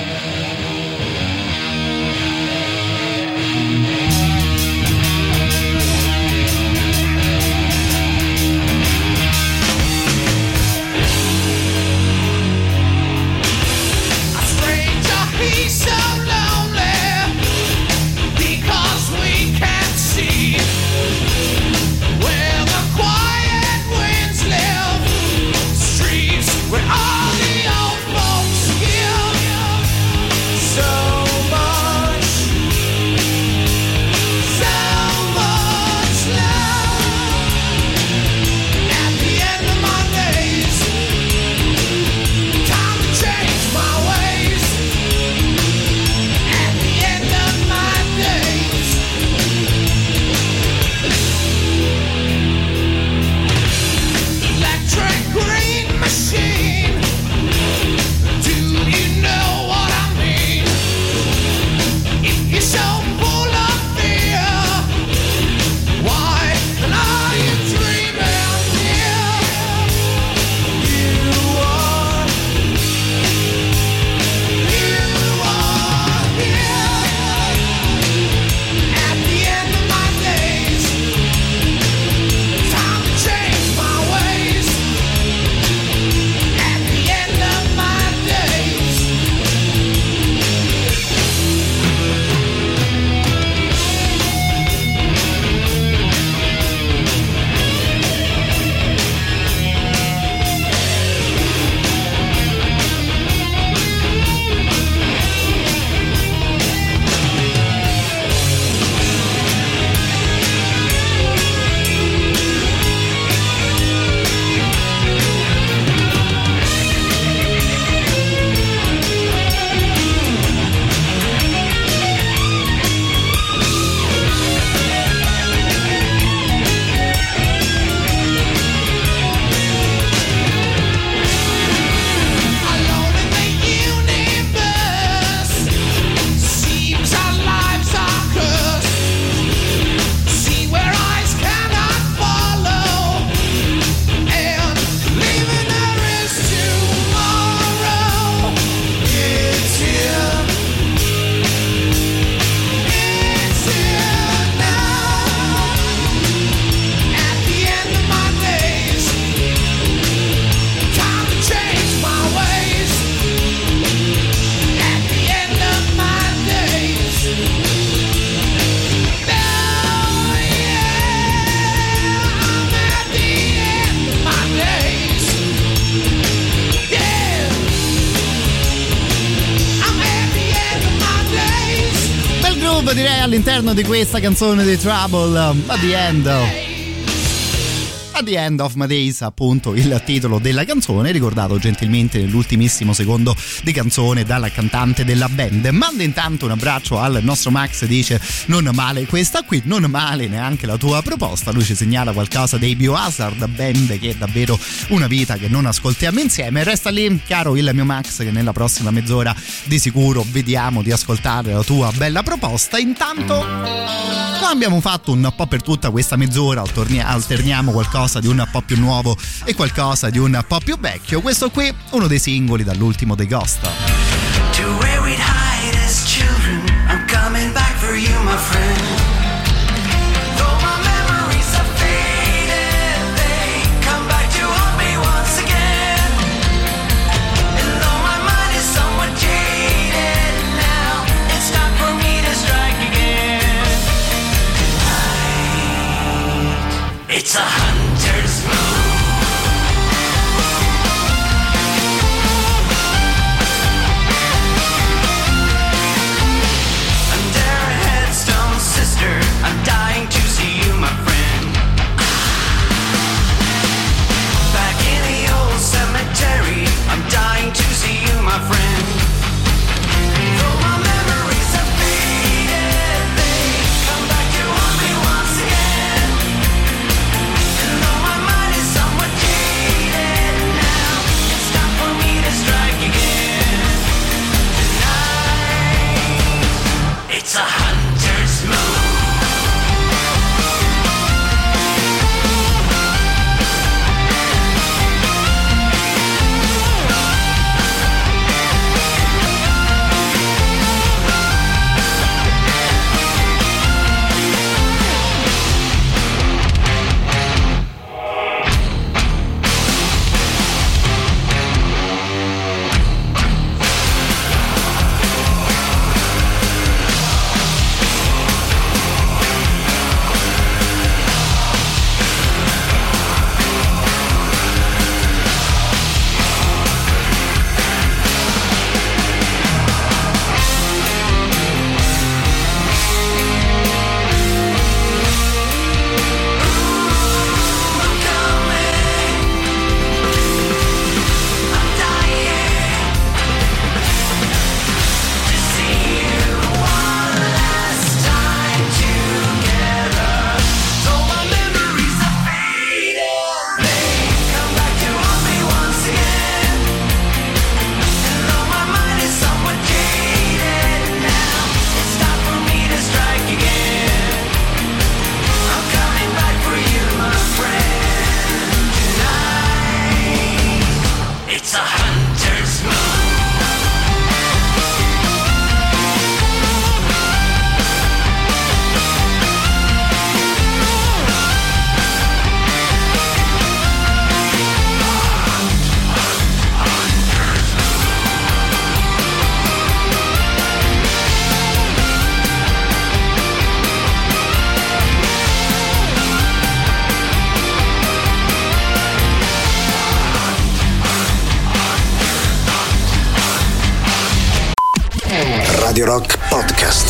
Direi all'interno di questa canzone dei Trouble, at the end At the End of My Days, appunto il titolo della canzone, ricordato gentilmente nell'ultimissimo secondo di canzone dalla cantante della band. Manda intanto un abbraccio al nostro Max, dice non male questa qui, non male neanche la tua proposta. Lui ci segnala qualcosa dei Biohazard, band che è davvero una vita che non ascoltiamo insieme. Resta lì, caro il mio Max, che nella prossima mezz'ora di sicuro vediamo di ascoltare la tua bella proposta. Intanto abbiamo fatto un po' per tutta questa mezz'ora, alterniamo qualcosa di un po' più nuovo e qualcosa di un po' più vecchio. Questo qui, uno dei singoli dall'ultimo dei Ghost. To where we'd hide as children, I'm coming back for you, my friend. Though my memories are faded, they come back to haunt me once again. And though my mind is somewhat jaded now, it's time for me to strike again. It's a hunter's moon. I'm dying to see you Radio Rock Podcast.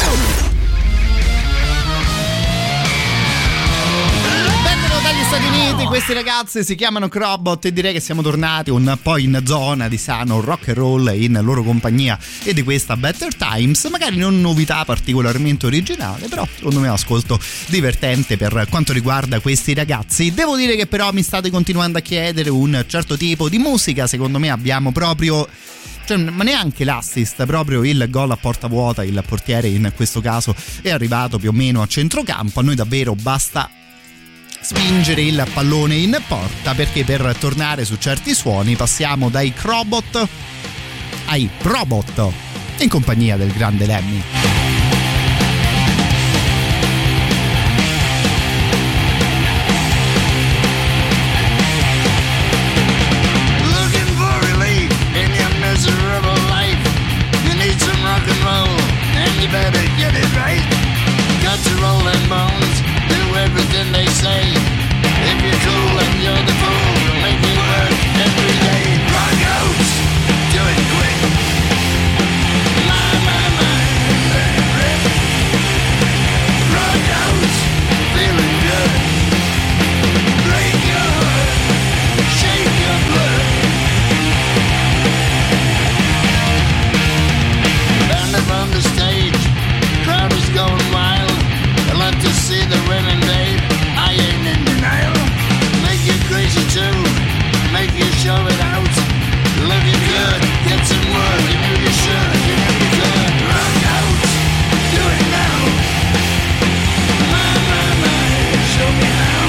Dagli Stati Uniti, questi ragazzi si chiamano Crobot e direi che siamo tornati un po' in zona di sano rock and roll in loro compagnia e di questa Better Times, magari non novità particolarmente originale, però secondo me è un ascolto divertente per quanto riguarda questi ragazzi. Devo dire che però mi state continuando a chiedere un certo tipo di musica, secondo me abbiamo proprio... Cioè, ma neanche l'assist, proprio il gol a porta vuota, il portiere in questo caso è arrivato più o meno a centrocampo, a noi davvero basta spingere il pallone in porta, perché per tornare su certi suoni passiamo dai Crobot ai Robot in compagnia del grande Lemmy. Looking for relief in your miserable life. You need some rock and roll, and you better get it right. Got to roll them bones, do everything they say. If you're cool and you're the fool, make it work every day. Rock out, do it quick. My, my, my, let it rip. Rock out, feeling good. Break your heart, shake your blood. Stand up on the stage, crowd is going wild. I love to see the women, babe. I ain't in denial. Make you crazy too. Make you show it out. Looking good. Get some work. You know you should. You know you could. Rock out. Do it now. My, my, my. Show me how.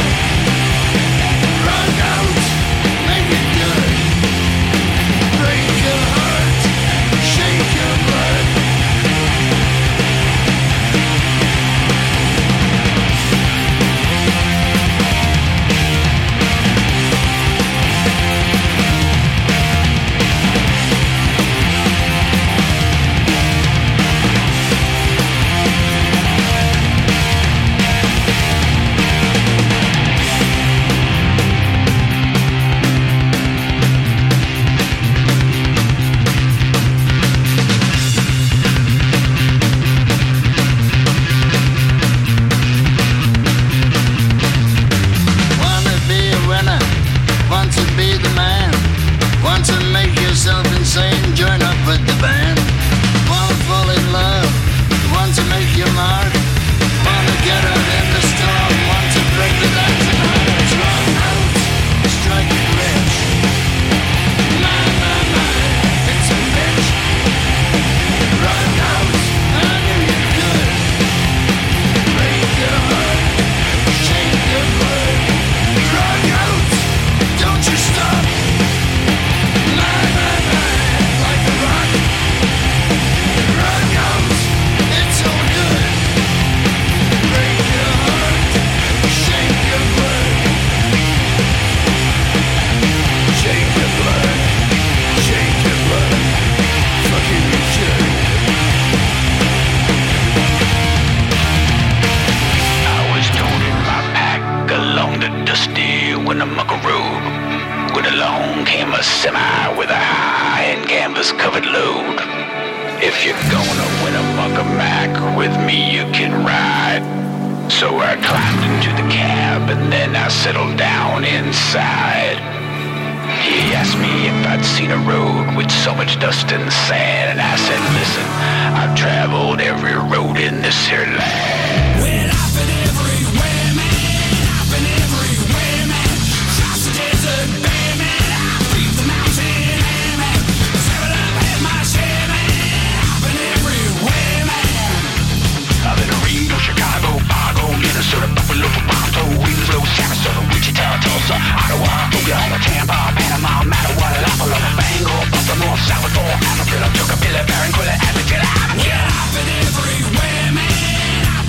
Rock out. Make it good. Break your heart. Shake your blood. Insane, join up with the band. Wanna fall in love, want to make your mark. Wanna get out in the storm, want to break the lights and hearts. Run out, strike it rich. My, my, my, it's a bitch. Run out, I knew you could. Break your heart, shake your blood. Run out, don't you stop. My, my, my. In a mucker road, when along came a semi with a high and canvas covered load. If you're gonna win a mucker Mac, with me you can ride. So I climbed into the cab and then I settled down inside. He asked me if I'd seen a road with so much dust and sand, and I said, listen, I've traveled every road in this here land. Well, I've been everywhere, man. I've been everywhere, man. Across the desert, bare, man. I've reached the mountain, air, man. Seven, I've had my share, man. I've been everywhere, man. I've been to Reno, Chicago, Fargo, Minnesota, Buffalo, Toronto, Winslow, Sarasota, Wichita, Tulsa, Ottawa, Oklahoma, Tampa, Panama, Mattawa, Bangor, Baltimore, Salvador, Amarillo, Tucapilla, Barranquilla, Atlanta. Yeah, I've been everywhere, man. I've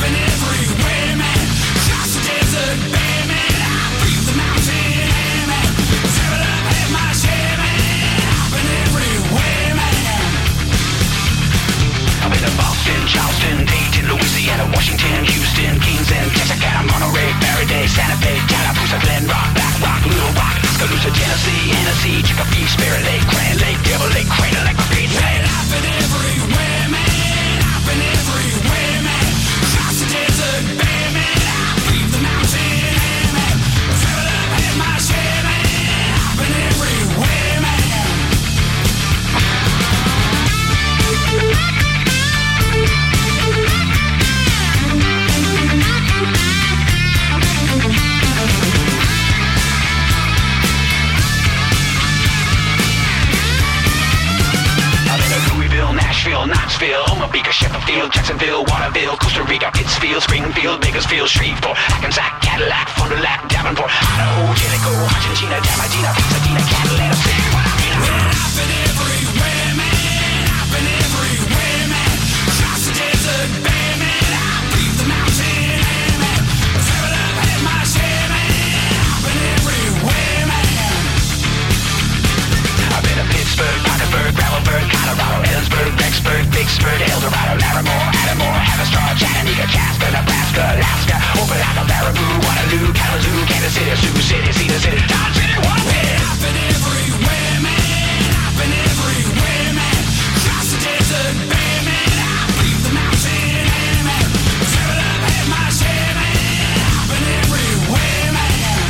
Lancaster, Sheffield, Jacksonville, Waterville, Costa Rica, Pittsfield, Springfield, Bakersfield, Shreveport, Hackensack, Cadillac, Fond du Lac, Davenport, Idaho, Jellicoe, Argentina, Diamantina, Pasadena, Catalina, see what I mean? I've been everywhere, man. I've been everywhere, man. Across the desert, bare, man. I breathe the mountain air, man. Travel up, had my share, man. I've been everywhere, man. I've been to Pittsburgh, Parkersburg, Gravelburg, Colorado, Ellensburg, Rexburg, Vicksburg, Eldorado, Larimore, Adamore, Haverstraw, Chattanooga, Jasper, Nebraska, Alaska, Opelika, Baraboo, Waterloo, Kalamazoo, Kansas City, Sioux City, Cedar City, Dodge City, Winnipeg. I've been everywhere, man. I've been everywhere, man. Across the desert, bare, man. I breathe the mountain air, man. Travel up, had my share, man. I've been everywhere, man.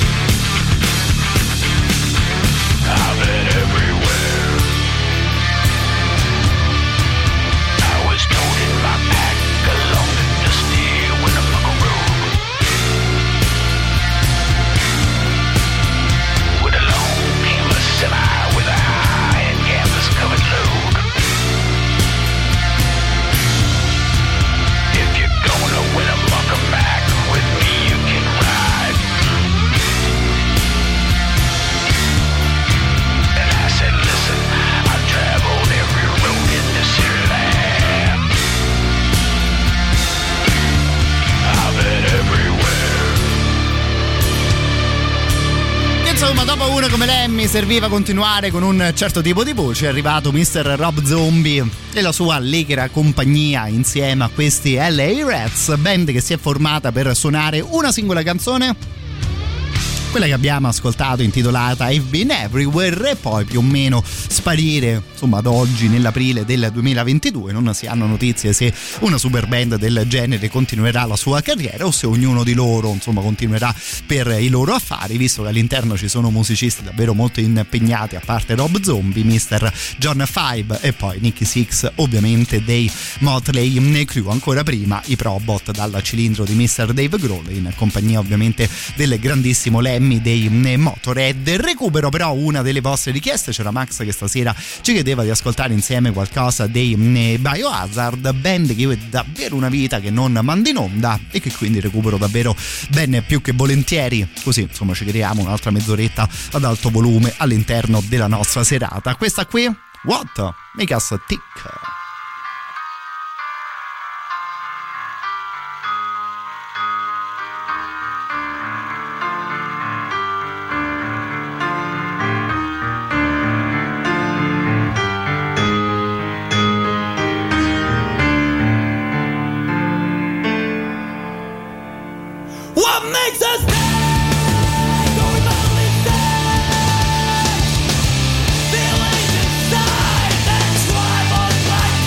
I've been everywhere. I was toting my pack along the dusty Winnemucca Road. With along came a semi with a high and canvas covered load. If you're gonna Winnemucca Mac with me, you can ride. And I said, listen, I've traveled every road in this here land. I've been everywhere. Insomma, dopo uno come Lemmy serviva continuare con un certo tipo di voce. È arrivato mister Rob Zombie e la sua allegra compagnia insieme a questi L A Rats, band che si è formata per suonare una singola canzone, quella che abbiamo ascoltato, intitolata I've Been Everywhere, e poi più o meno sparire, insomma, ad oggi, nell'aprile del duemilaventidue. Non si hanno notizie se una super band del genere continuerà la sua carriera o se ognuno di loro, insomma, continuerà per i loro affari, visto che all'interno ci sono musicisti davvero molto impegnati, a parte Rob Zombie, mister John Five e poi Nicky Six, ovviamente dei Motley Crue. Ancora prima i Probot dal cilindro di mister Dave Grohl, in compagnia ovviamente del grandissimo Lemmy dei Motorhead. Recupero però una delle vostre richieste. C'era Max che stasera ci chiedeva di ascoltare insieme qualcosa dei Biohazard, band che io è davvero una vita che non mando in onda e che quindi recupero davvero ben più che volentieri, così insomma ci creiamo un'altra mezz'oretta ad alto volume all'interno della nostra serata. Questa qui, What? Make us tick. What makes us tick? We've only said feelings inside that drive us like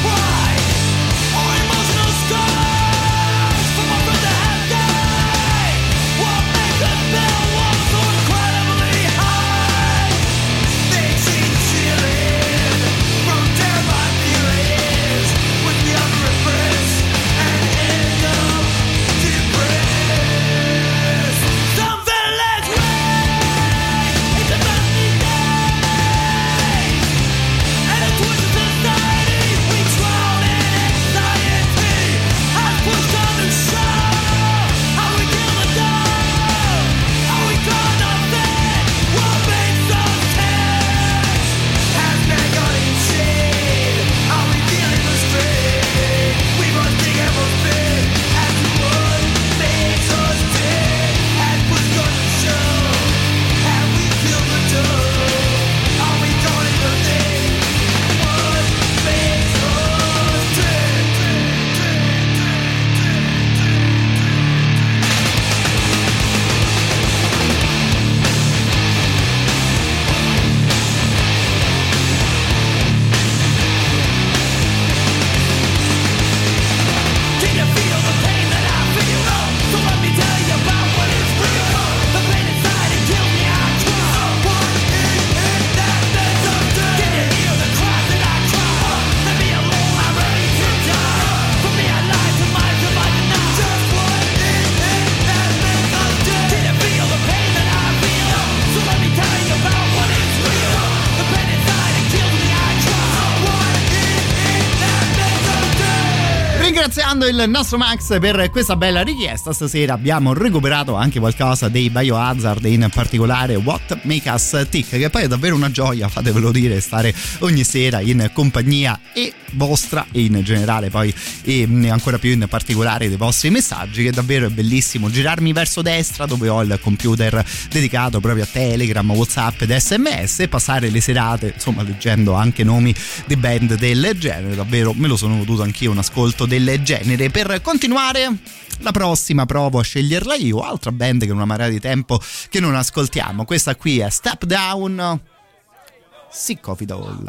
Ringraziando il nostro Max per questa bella richiesta, stasera abbiamo recuperato anche qualcosa dei Biohazard, in particolare What Make Us Tick, che poi è davvero una gioia, fatevelo dire, stare ogni sera in compagnia e vostra e in generale poi e ancora più in particolare dei vostri messaggi, che davvero è bellissimo girarmi verso destra dove ho il computer dedicato proprio a Telegram, WhatsApp ed S M S e passare le serate insomma leggendo anche nomi di band del genere. Davvero me lo sono goduto anch'io un ascolto del genere. Per continuare, la prossima provo a sceglierla io, altra band che è una marea di tempo che non ascoltiamo. Questa qui è Step Down, Sick of It All.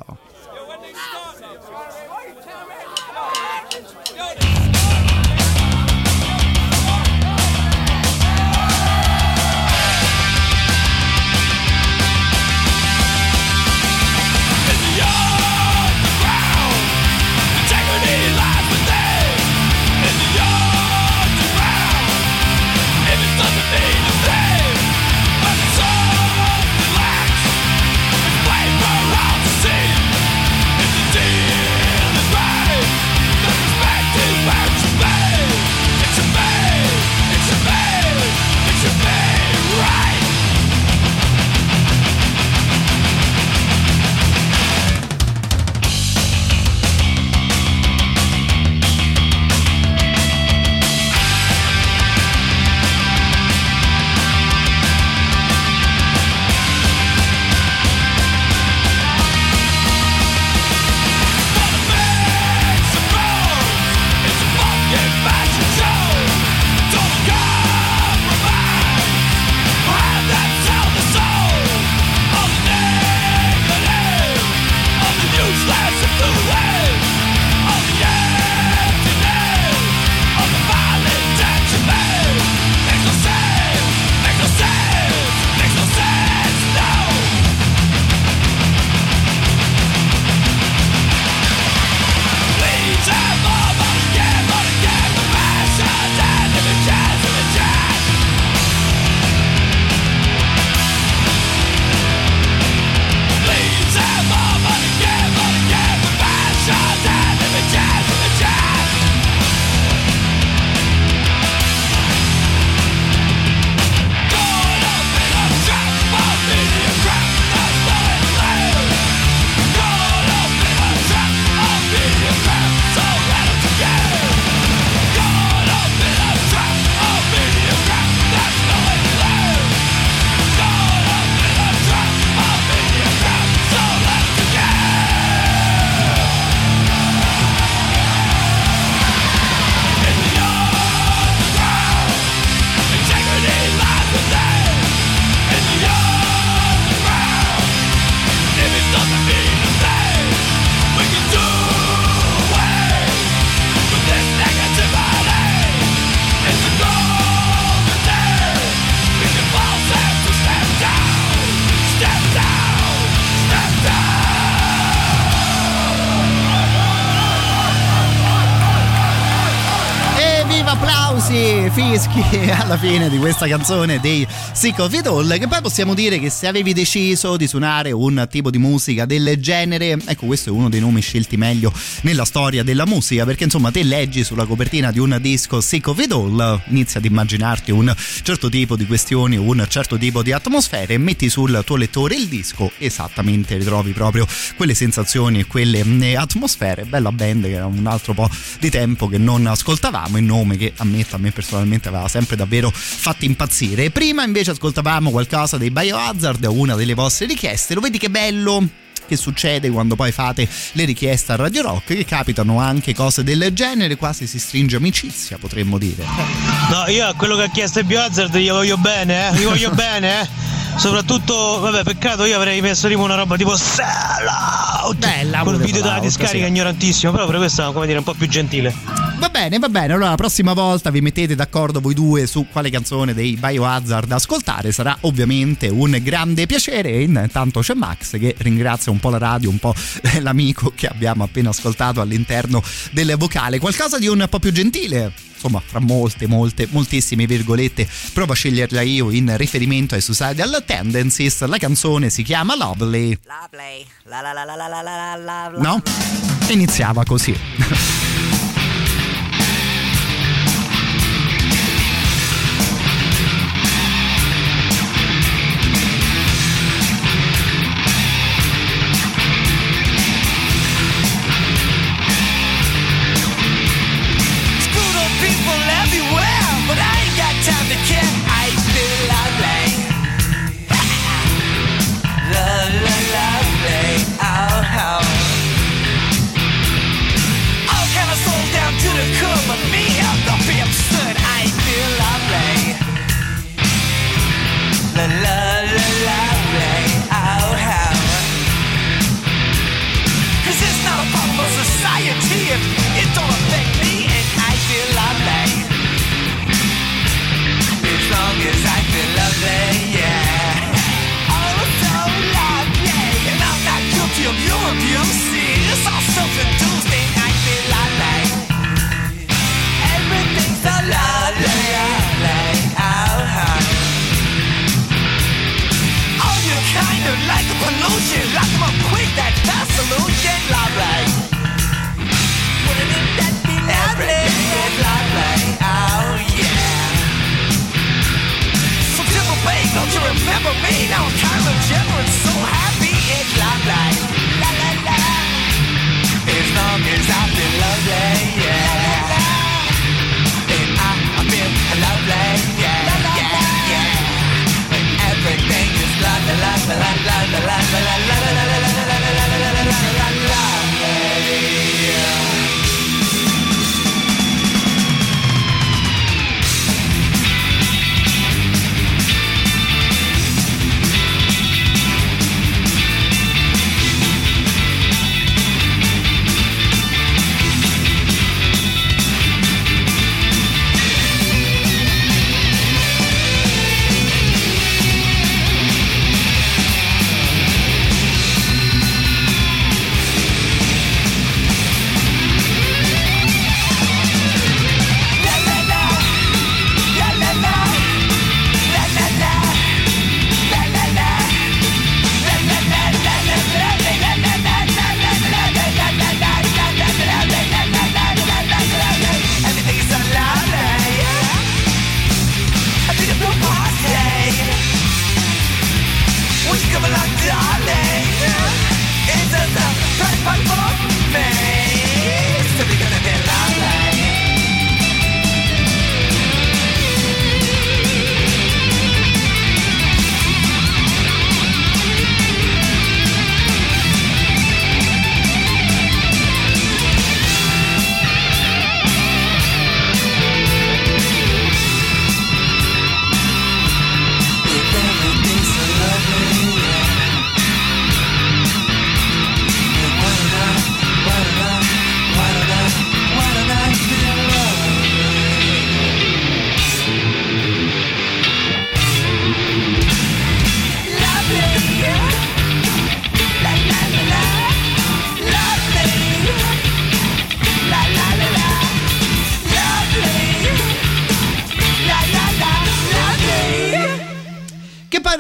Fischi alla fine di questa canzone dei Sick of It All, che poi possiamo dire che se avevi deciso di suonare un tipo di musica del genere, ecco, questo è uno dei nomi scelti meglio nella storia della musica, perché insomma te leggi sulla copertina di un disco Sick of It All, inizi ad immaginarti un certo tipo di questioni, un certo tipo di atmosfere, metti sul tuo lettore il disco, esattamente ritrovi proprio quelle sensazioni e quelle atmosfere. Bella band che era un altro po' di tempo che non ascoltavamo, il nome che ammetto a me personalmente aveva sempre davvero fatto impazzire. Prima invece ascoltavamo qualcosa dei Biohazard, una delle vostre richieste. Lo vedi che bello che succede quando poi fate le richieste a Radio Rock, che capitano anche cose del genere, quasi si stringe amicizia, potremmo dire. No, io a quello che ha chiesto il Biohazard gli voglio bene, eh? Gli voglio bene, eh? Soprattutto, vabbè, peccato, io avrei messo tipo una roba tipo Sell Out, bella, col video della discarica, sì. Ignorantissimo, però per questo, come dire, un po' più gentile. Va bene, va bene, allora la prossima volta vi mettete d'accordo voi due su quale canzone dei Biohazard ascoltare, sarà ovviamente un grande piacere. E intanto c'è Max che ringrazia un po' la radio, un po' l'amico che abbiamo appena ascoltato all'interno del vocale, qualcosa di un po' più gentile, insomma, fra molte, molte, moltissime virgolette, provo a sceglierla io in riferimento ai Suicidal Tendencies. La canzone si chiama Lovely. Lovely. La la la la la la la la la. No? Iniziava così.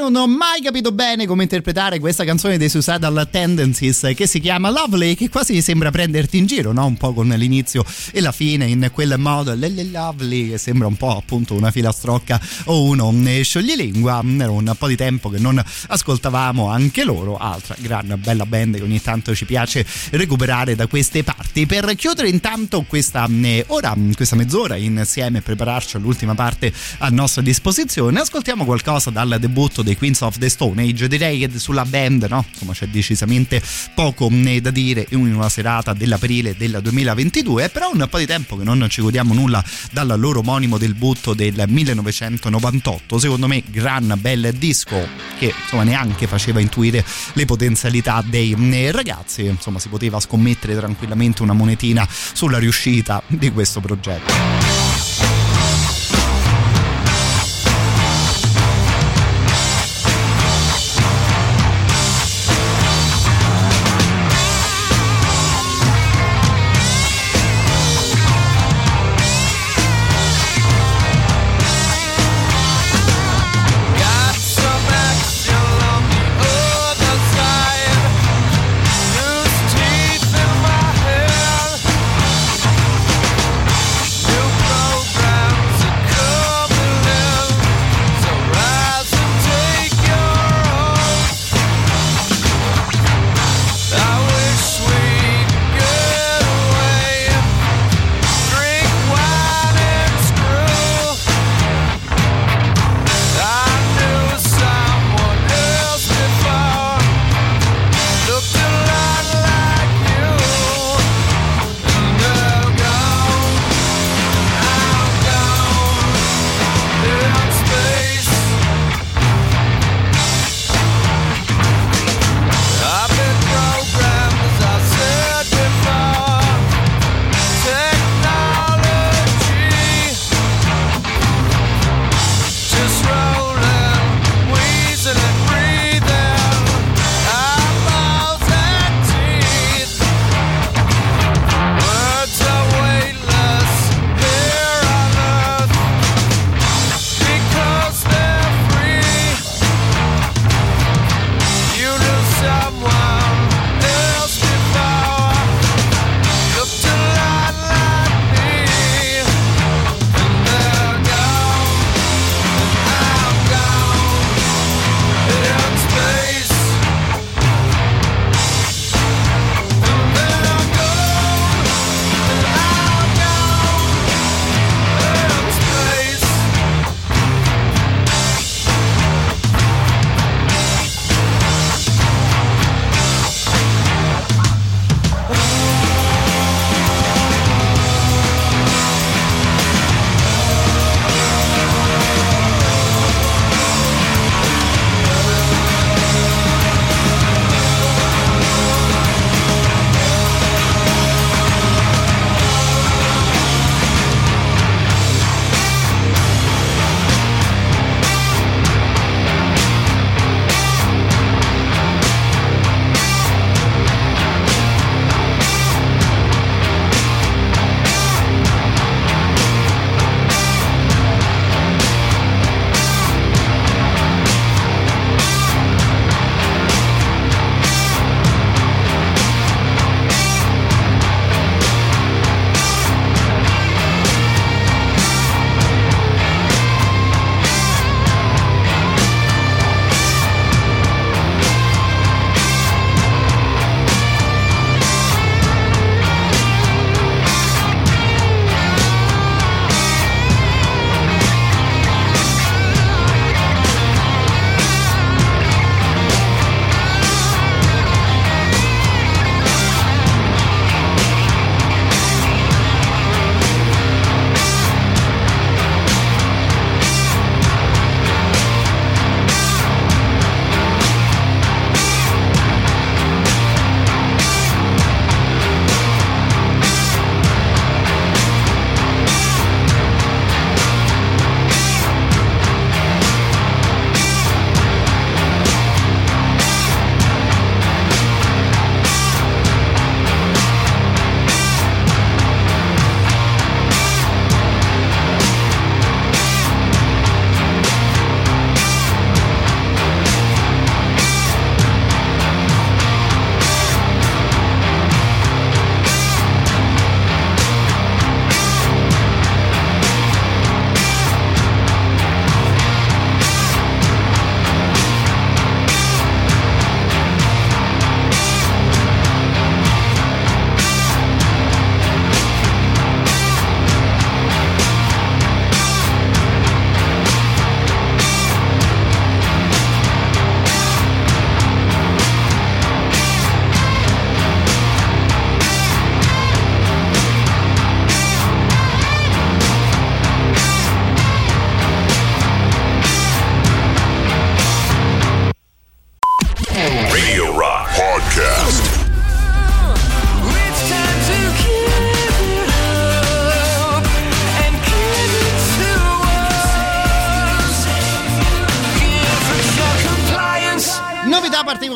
non ho mai capito bene come interpretare questa canzone dei Suicidal Tendencies che si chiama Lovely, che quasi sembra prenderti in giro, no? Un po' con l'inizio e la fine in quel modo, Lele Lovely, che sembra un po' appunto una filastrocca o uno scioglilingua. Era un po' di tempo che non ascoltavamo anche loro, altra gran bella band che ogni tanto ci piace recuperare da queste parti. Per chiudere intanto questa ora, questa mezz'ora insieme e prepararci all'ultima parte a nostra disposizione, ascoltiamo qualcosa dal debutto dei Queens of the Stone Age. Direi che sulla band, no, insomma, c'è decisamente poco da dire in una serata dell'aprile del duemilaventidue, però un po' di tempo che non ci godiamo nulla dal loro omonimo debutto del millenovecentonovantotto. Secondo me gran bel disco che insomma neanche faceva intuire le potenzialità dei ragazzi, insomma si poteva scommettere tranquillamente una monetina sulla riuscita di questo progetto. New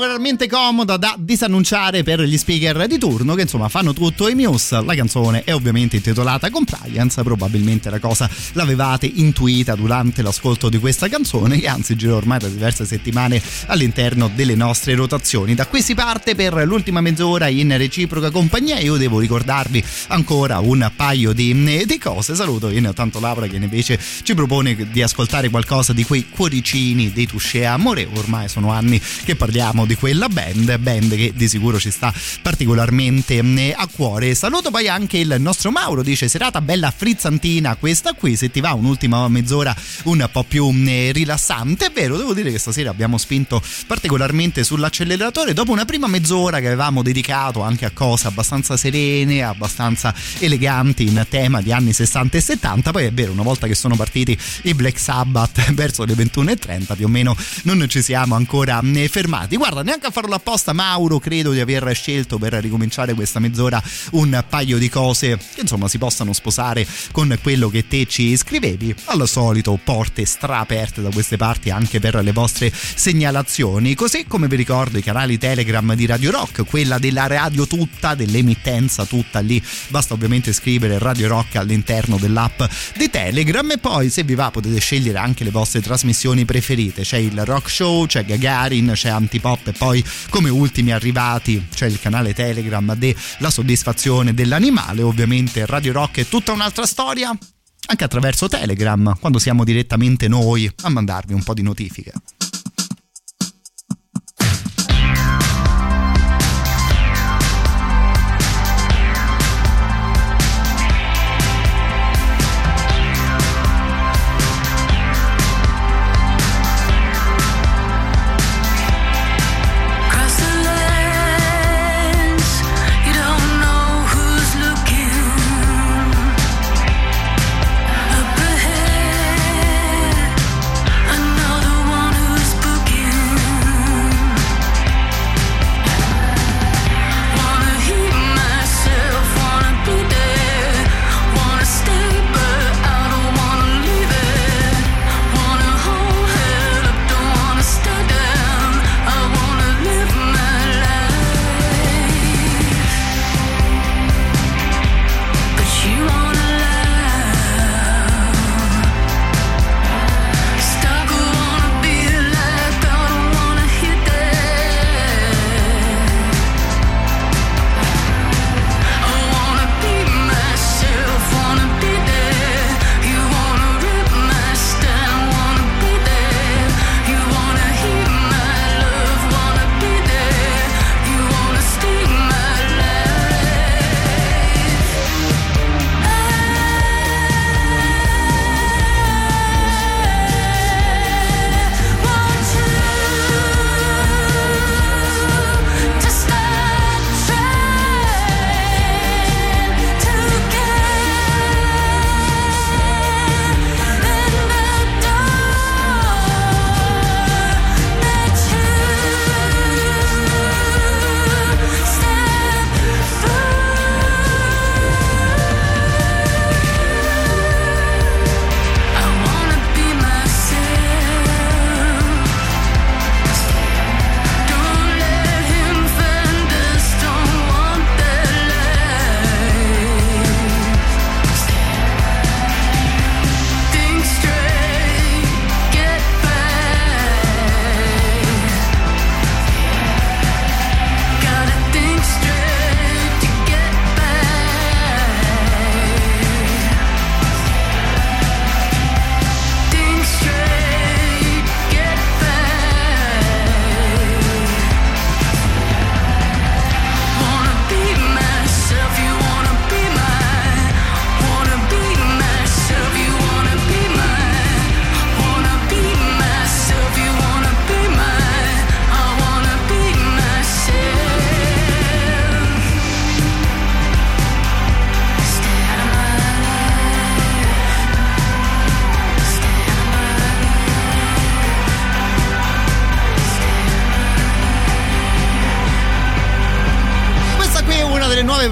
particolarmente comoda da disannunciare per gli speaker di turno, che insomma fanno tutto i Muse. La canzone è ovviamente intitolata Compliance, probabilmente la cosa l'avevate intuita durante l'ascolto di questa canzone, che anzi gira ormai da diverse settimane all'interno delle nostre rotazioni. Da qui si parte per l'ultima mezz'ora in reciproca compagnia. Io devo ricordarvi ancora un paio di, di cose. Saluto intanto Laura, che invece ci propone di ascoltare qualcosa di quei cuoricini dei Touché Amore. Ormai sono anni che parliamo di quella band, band che di sicuro ci sta particolarmente a cuore. Saluto poi anche il nostro Mauro, dice serata bella frizzantina questa qui, se ti va un'ultima mezz'ora un po' più rilassante. È vero, devo dire che stasera abbiamo spinto particolarmente sull'acceleratore dopo una prima mezz'ora che avevamo dedicato anche a cose abbastanza serene, abbastanza eleganti in tema di anni sessanta e settanta. Poi è vero, una volta che sono partiti i Black Sabbath verso le ventuno e trenta più o meno non ci siamo ancora fermati. Guarda, neanche a farlo apposta, Mauro, credo di aver scelto per ricominciare questa mezz'ora un paio di cose che insomma si possano sposare con quello che te ci scrivevi. Al solito porte straaperte da queste parti anche per le vostre segnalazioni, così come vi ricordo i canali Telegram di Radio Rock, quella della radio tutta, dell'emittenza tutta lì, basta ovviamente scrivere Radio Rock all'interno dell'app di Telegram. E poi se vi va potete scegliere anche le vostre trasmissioni preferite, c'è il Rock Show, c'è Gagarin, c'è Antipop e poi come ultimi arrivati c'è il canale Telegram della soddisfazione dell'animale. Ovviamente Radio Rock è tutta un'altra storia anche attraverso Telegram, quando siamo direttamente noi a mandarvi un po' di notifiche. Another one who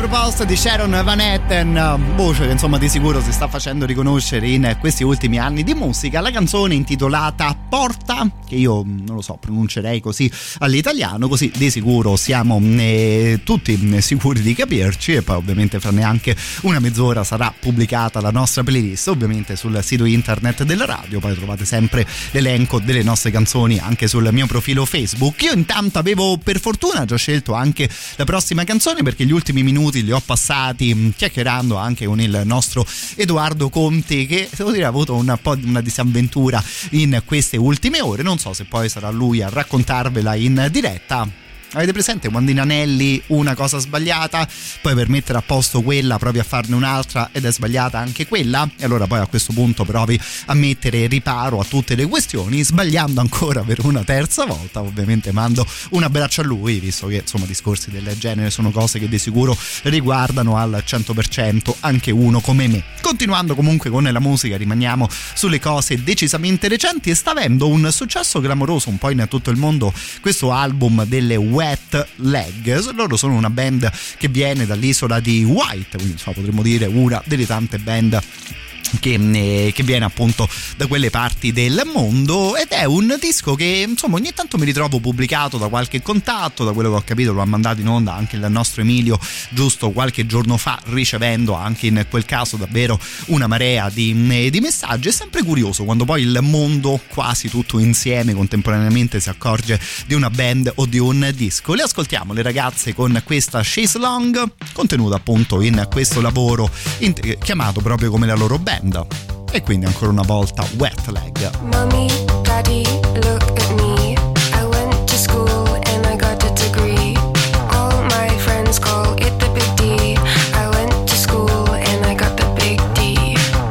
proposito di Sharon Van Etten, voce che insomma di sicuro si sta facendo riconoscere in questi ultimi anni di musica. La canzone intitolata Porta, che io non lo so, pronuncerei così all'italiano, così di sicuro siamo eh, tutti sicuri di capirci, e poi ovviamente fra neanche una mezz'ora sarà pubblicata la nostra playlist, ovviamente sul sito internet della radio. Poi trovate sempre l'elenco delle nostre canzoni anche sul mio profilo Facebook. Io intanto avevo per fortuna già scelto anche la prossima canzone, perché gli ultimi minuti li ho passati chiacchierando anche con il nostro Edoardo Conti, che devo dire ha avuto un po' di una disavventura in queste ultime ore. Non so se poi sarà lui a raccontarvela in diretta. Avete presente quando in Anelli una cosa sbagliata, poi per mettere a posto quella provi a farne un'altra ed è sbagliata anche quella? E allora poi a questo punto provi a mettere riparo a tutte le questioni, sbagliando ancora per una terza volta. Ovviamente mando un abbraccio a lui, visto che insomma discorsi del genere sono cose che di sicuro riguardano al cento per cento anche uno come me. Continuando comunque con la musica, rimaniamo sulle cose decisamente recenti, e sta avendo un successo clamoroso un po' in tutto il mondo questo album delle Wet Leg. Loro sono una band che viene dall'isola di White, quindi insomma potremmo dire una delle tante band Che, eh, che viene appunto da quelle parti del mondo, ed è un disco che insomma ogni tanto mi ritrovo pubblicato da qualche contatto. Da quello che ho capito lo ha mandato in onda anche il nostro Emilio giusto qualche giorno fa, ricevendo anche in quel caso davvero una marea di, eh, di messaggi. È sempre curioso quando poi il mondo quasi tutto insieme contemporaneamente si accorge di una band o di un disco. Le ascoltiamo le ragazze con questa She's Long, contenuta appunto in questo lavoro in, chiamato proprio come la loro band. E quindi ancora una volta Wet Leg. Mommy, Daddy, look at me. I went to school and I got a degree. All my friends call it the big D. I went to school and I got the big D.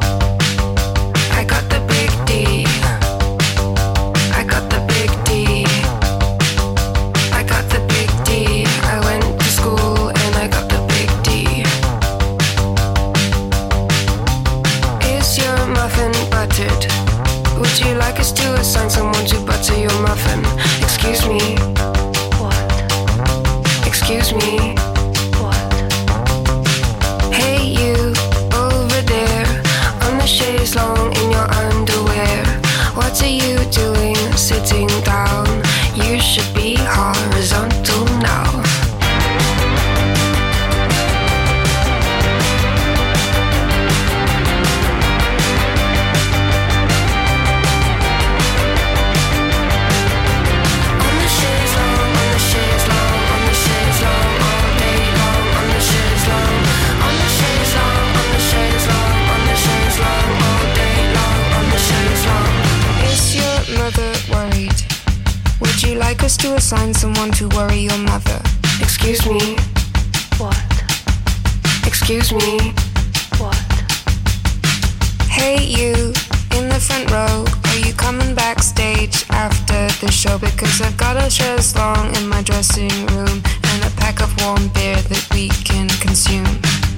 I got the big D. I got the big D. I got the big D. I went to school and I got the big D. Is your muffin buttered? Would you like us to assign someone to butter your muffin? Excuse me. What? Excuse me. What? Hey you, over there, on the chaise long in your underwear. What are you doing sitting down? You should be horizontal now. Like us to assign someone to worry your mother. Excuse me. What? Excuse me. What? Hey you, in the front row, are you coming backstage after the show? Because I've got a chaise long in my dressing room and a pack of warm beer that we can consume.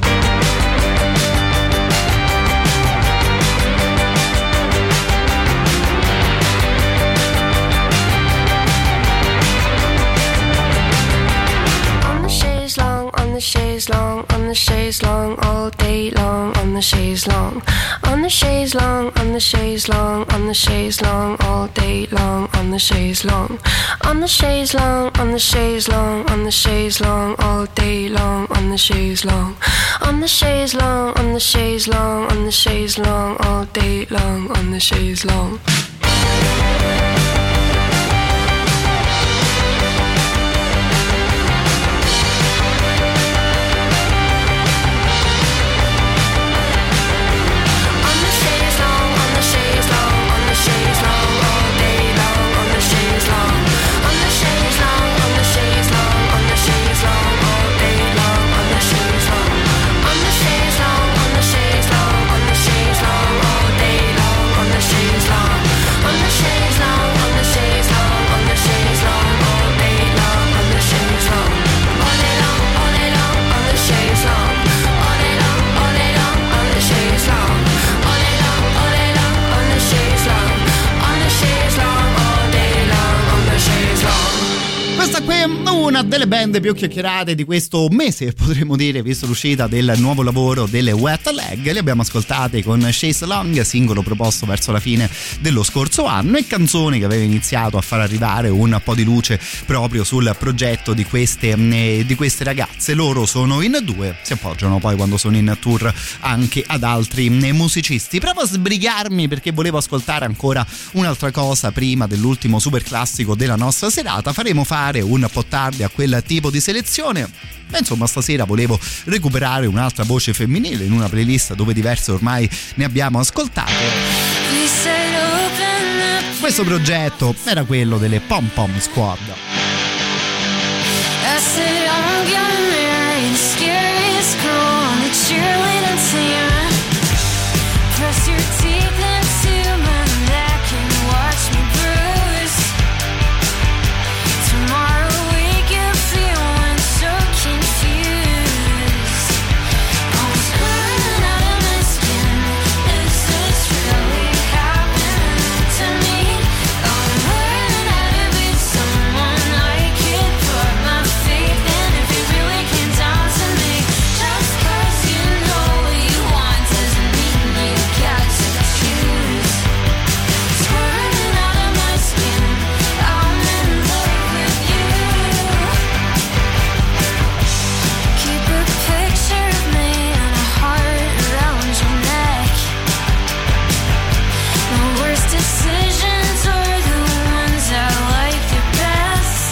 On the chaise long, on the chaise long, all day long, on the chaise long, on the chaise long, on the chaise long, on the chaise long, all day long, on the chaise long, on the chaise long, on the chaise long, on the chaise long, all day long, on the chaise long, on the chaise long, on the chaise long, on the chaise long, all day long, on the chaise long. Long una delle band più chiacchierate di questo mese, potremmo dire, visto l'uscita del nuovo lavoro delle Wet Leg. Li abbiamo ascoltati con Chase Long, singolo proposto verso la fine dello scorso anno e canzone che aveva iniziato a far arrivare un po' di luce proprio sul progetto di queste, eh, di queste ragazze. Loro sono in due, si appoggiano poi quando sono in tour anche ad altri eh, musicisti. Provo a sbrigarmi perché volevo ascoltare ancora un'altra cosa prima dell'ultimo super classico della nostra serata. Faremo fare un po' tardi a quel tipo di selezione. Beh, insomma, stasera volevo recuperare un'altra voce femminile in una playlist dove diverse ormai ne abbiamo ascoltate. Questo progetto era quello delle Pom Pom Squad. I said I'm gonna marry the scariest girl on the cheerleading team. Press your teeth into my neck and watch me bruise. Tomorrow wake up feeling so confused. I'm crying out of my skin. Is this really happening to me? I'm learning how to be someone I could put my faith in if it really came down to me. Just 'cause you know what you want doesn't mean you got to choose. Squirming out of my skin, I'm in love with you. Keep a picture of me and a heart around your neck. My worst decisions are the ones I like the best.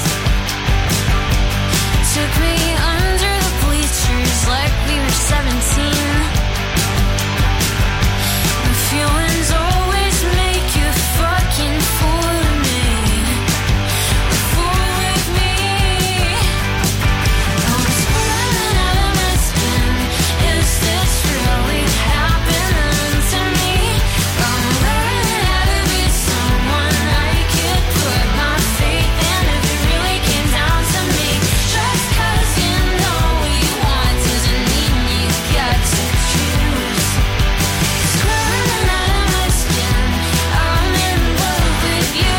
Took me under the bleachers like we were seventeen. The feelings always make you fucking fool of me. Fool with me. I'm squirming out of my skin. Is this really happening to me? I'm learning how to be someone I could put my faith in if it really came down to me. Just 'cause you know what you want doesn't mean you got to choose. Squirming out of my skin, I'm in love with you.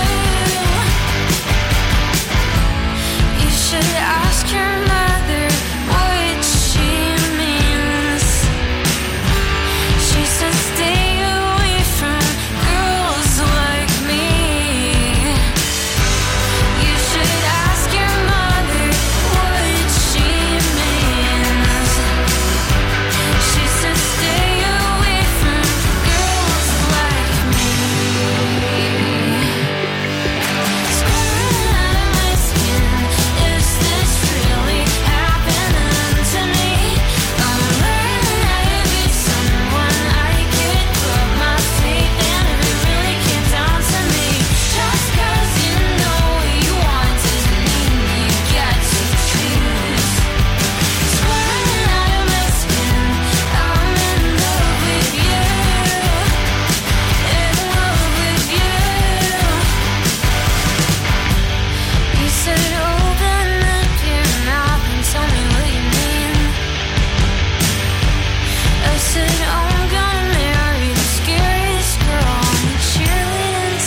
You should ask your mother what she means. She said stay away from girls like me. You should ask your mother what she means. She said stay away from girls like me. Squirming out of my skin, is this really happening to me? I'm learning how to be someone I could put my faith in if it really came down to me. Just 'cause you know what you want doesn't mean you got to choose. Squirming out of my skin, I'm in love with you. In love with you. You said open up your mouth and tell me what you mean. I said I'm gonna marry the scariest girl on the cheerleading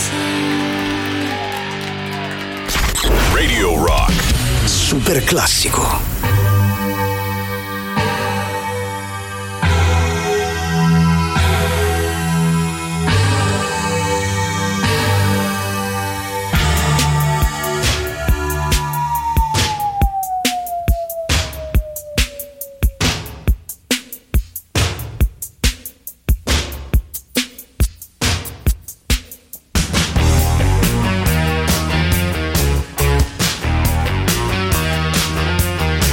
team. Radio Rock. Super classico. I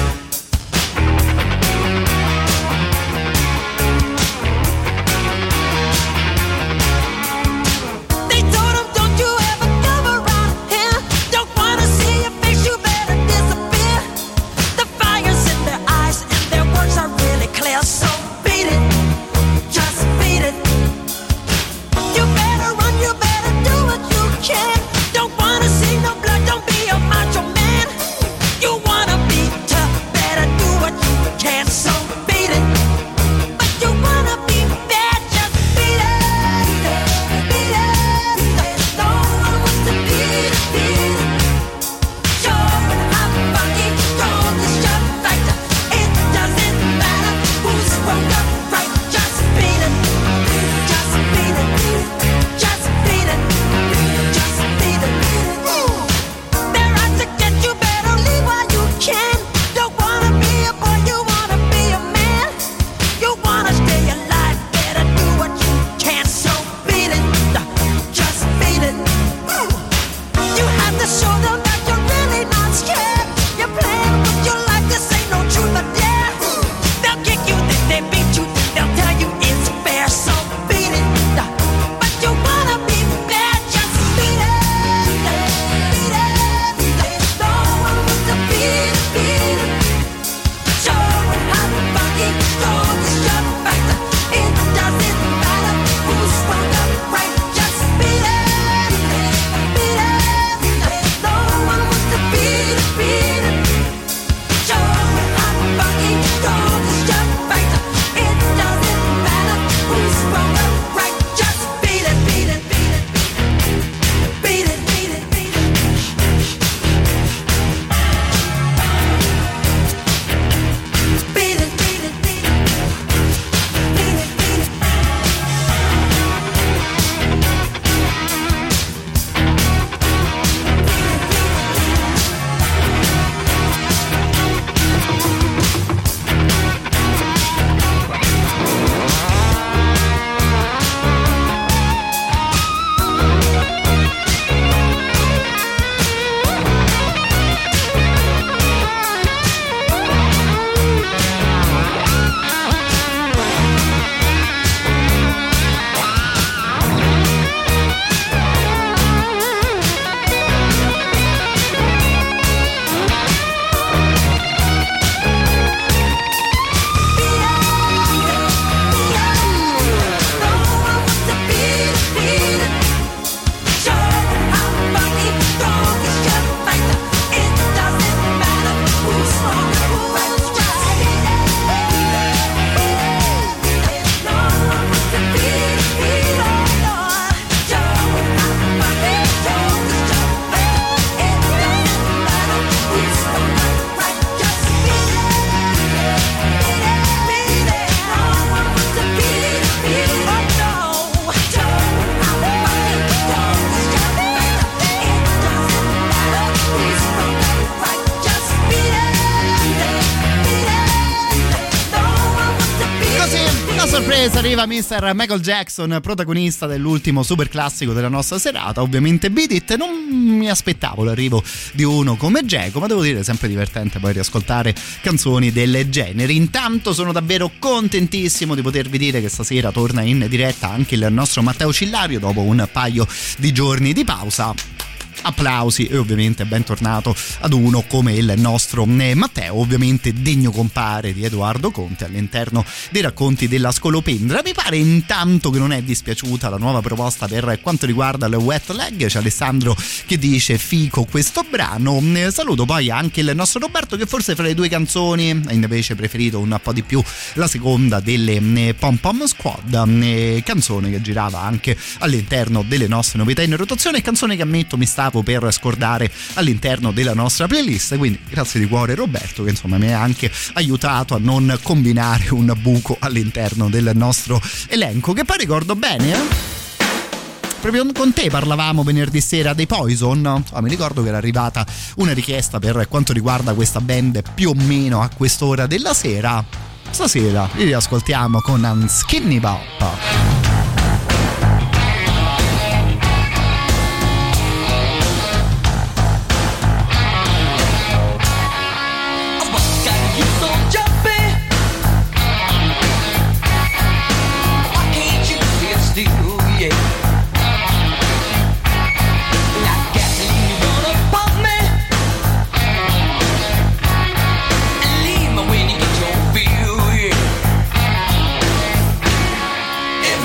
sorpresa arriva mister Michael Jackson, protagonista dell'ultimo super classico della nostra serata, ovviamente Beat It. Non mi aspettavo l'arrivo di uno come Geco, ma devo dire sempre divertente poi riascoltare canzoni del genere. Intanto sono davvero contentissimo di potervi dire che stasera torna in diretta anche il nostro Matteo Cillario dopo un paio di giorni di pausa. Applausi e ovviamente bentornato ad uno come il nostro Matteo, ovviamente degno compare di Edoardo Conte all'interno dei racconti della Scolopendra. Mi pare intanto che non è dispiaciuta la nuova proposta per quanto riguarda il wet leg, c'è Alessandro che dice fico questo brano. Saluto poi anche il nostro Roberto che forse fra le due canzoni ha invece preferito un po' di più la seconda delle Pom Pom Squad, canzone che girava anche all'interno delle nostre novità in rotazione, canzone che ammetto mi stavo per scordare all'interno della nostra playlist, quindi grazie di cuore Roberto che insomma mi ha anche aiutato a non combinare un buco all'interno del nostro elenco, che poi ricordo bene eh? Proprio con te parlavamo venerdì sera dei Poison. Oh, mi ricordo che era arrivata una richiesta per quanto riguarda questa band più o meno a quest'ora della sera. Stasera li riascoltiamo con Skinny Bop. If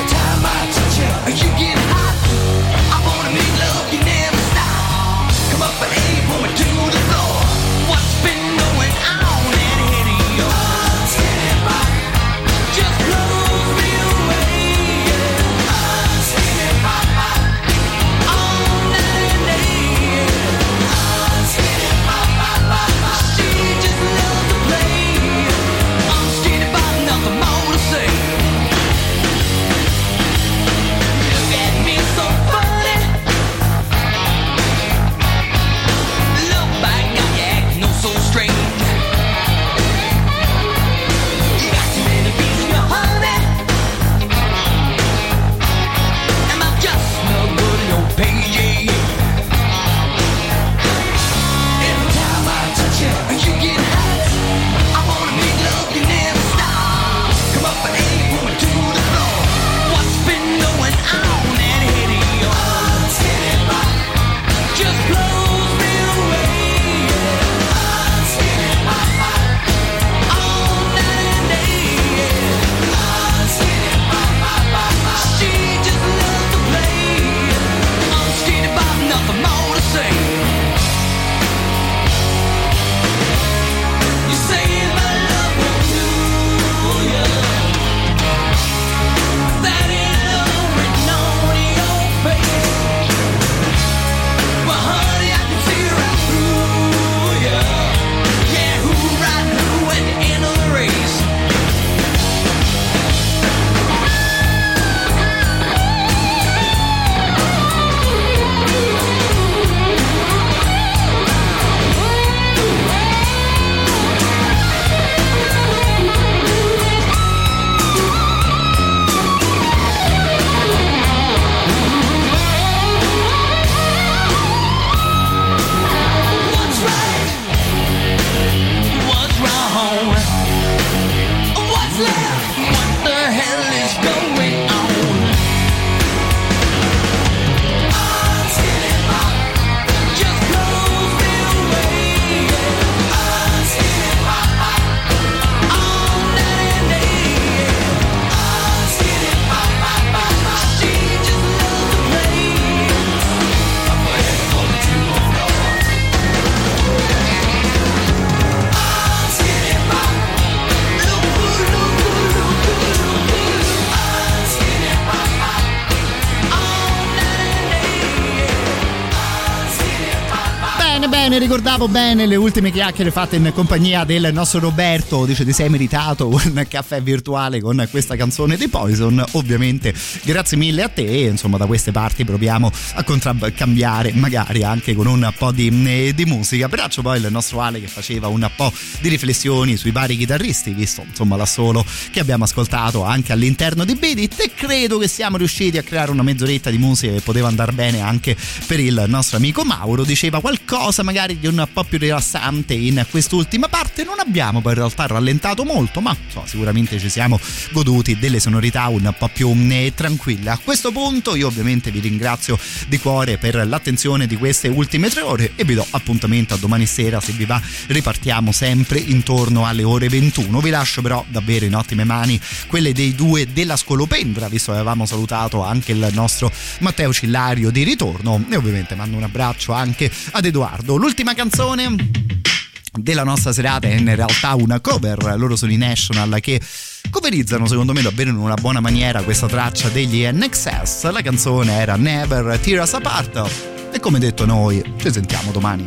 Bene, bene, ricordavo bene le ultime chiacchiere fatte in compagnia del nostro Roberto. Dice: ti sei meritato un caffè virtuale con questa canzone di Poison. Ovviamente grazie mille a te, insomma da queste parti proviamo a contraccambiare magari anche con un po' di, di musica. Peraltro poi il nostro Ale che faceva un po' di riflessioni sui vari chitarristi, visto insomma l'assolo che abbiamo ascoltato anche all'interno di Beat It, e credo che siamo riusciti a creare una mezz'oretta di musica che poteva andare bene anche per il nostro amico Mauro. Diceva qualcosa magari di un po' più rilassante in quest'ultima parte. Non abbiamo poi in realtà rallentato molto, ma so, sicuramente ci siamo goduti delle sonorità un po' più eh, tranquille. A questo punto io ovviamente vi ringrazio di cuore per l'attenzione di queste ultime tre ore e vi do appuntamento a domani sera, se vi va ripartiamo sempre intorno alle ore ventuno. Vi lascio però davvero in ottime mani quelle dei due della Scolopendra, visto che avevamo salutato anche il nostro Matteo Cillario di ritorno, e ovviamente mando un abbraccio anche ad Edoardo. L'ultima canzone della nostra serata è in realtà una cover. Loro sono i National che coverizzano secondo me davvero in una buona maniera questa traccia degli N X S. La canzone era Never Tear Us Apart e come detto noi ci sentiamo domani.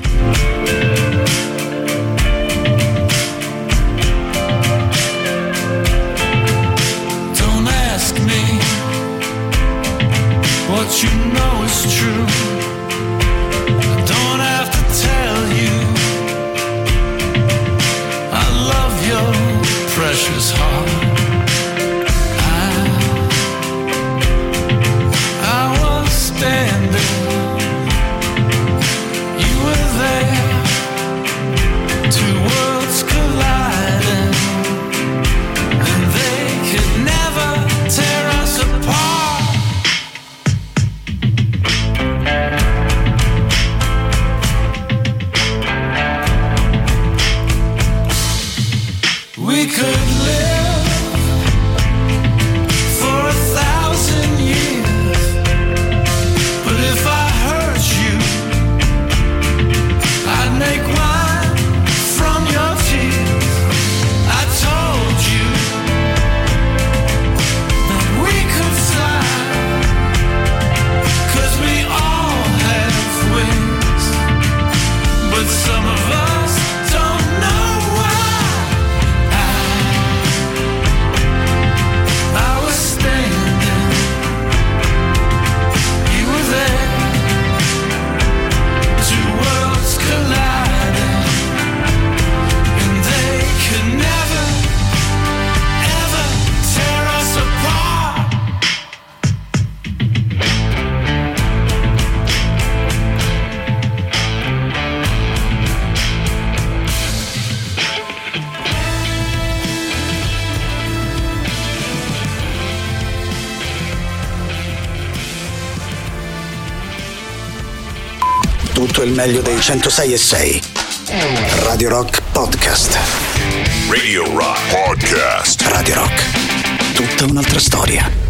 Don't ask me what you know is true. I don't have to tell you I love your precious heart. I, I was standing, you were there, two worlds colliding, and they could never tear us apart. We could live for a thousand years, but if I hurt you, I'd make wine from your tears. I told you that we could fly, 'cause we all have wings, but some of us don't know why. Tutto il meglio dei centosei e sei. Radio Rock Podcast. Radio Rock Podcast. Radio Rock. Tutta un'altra storia.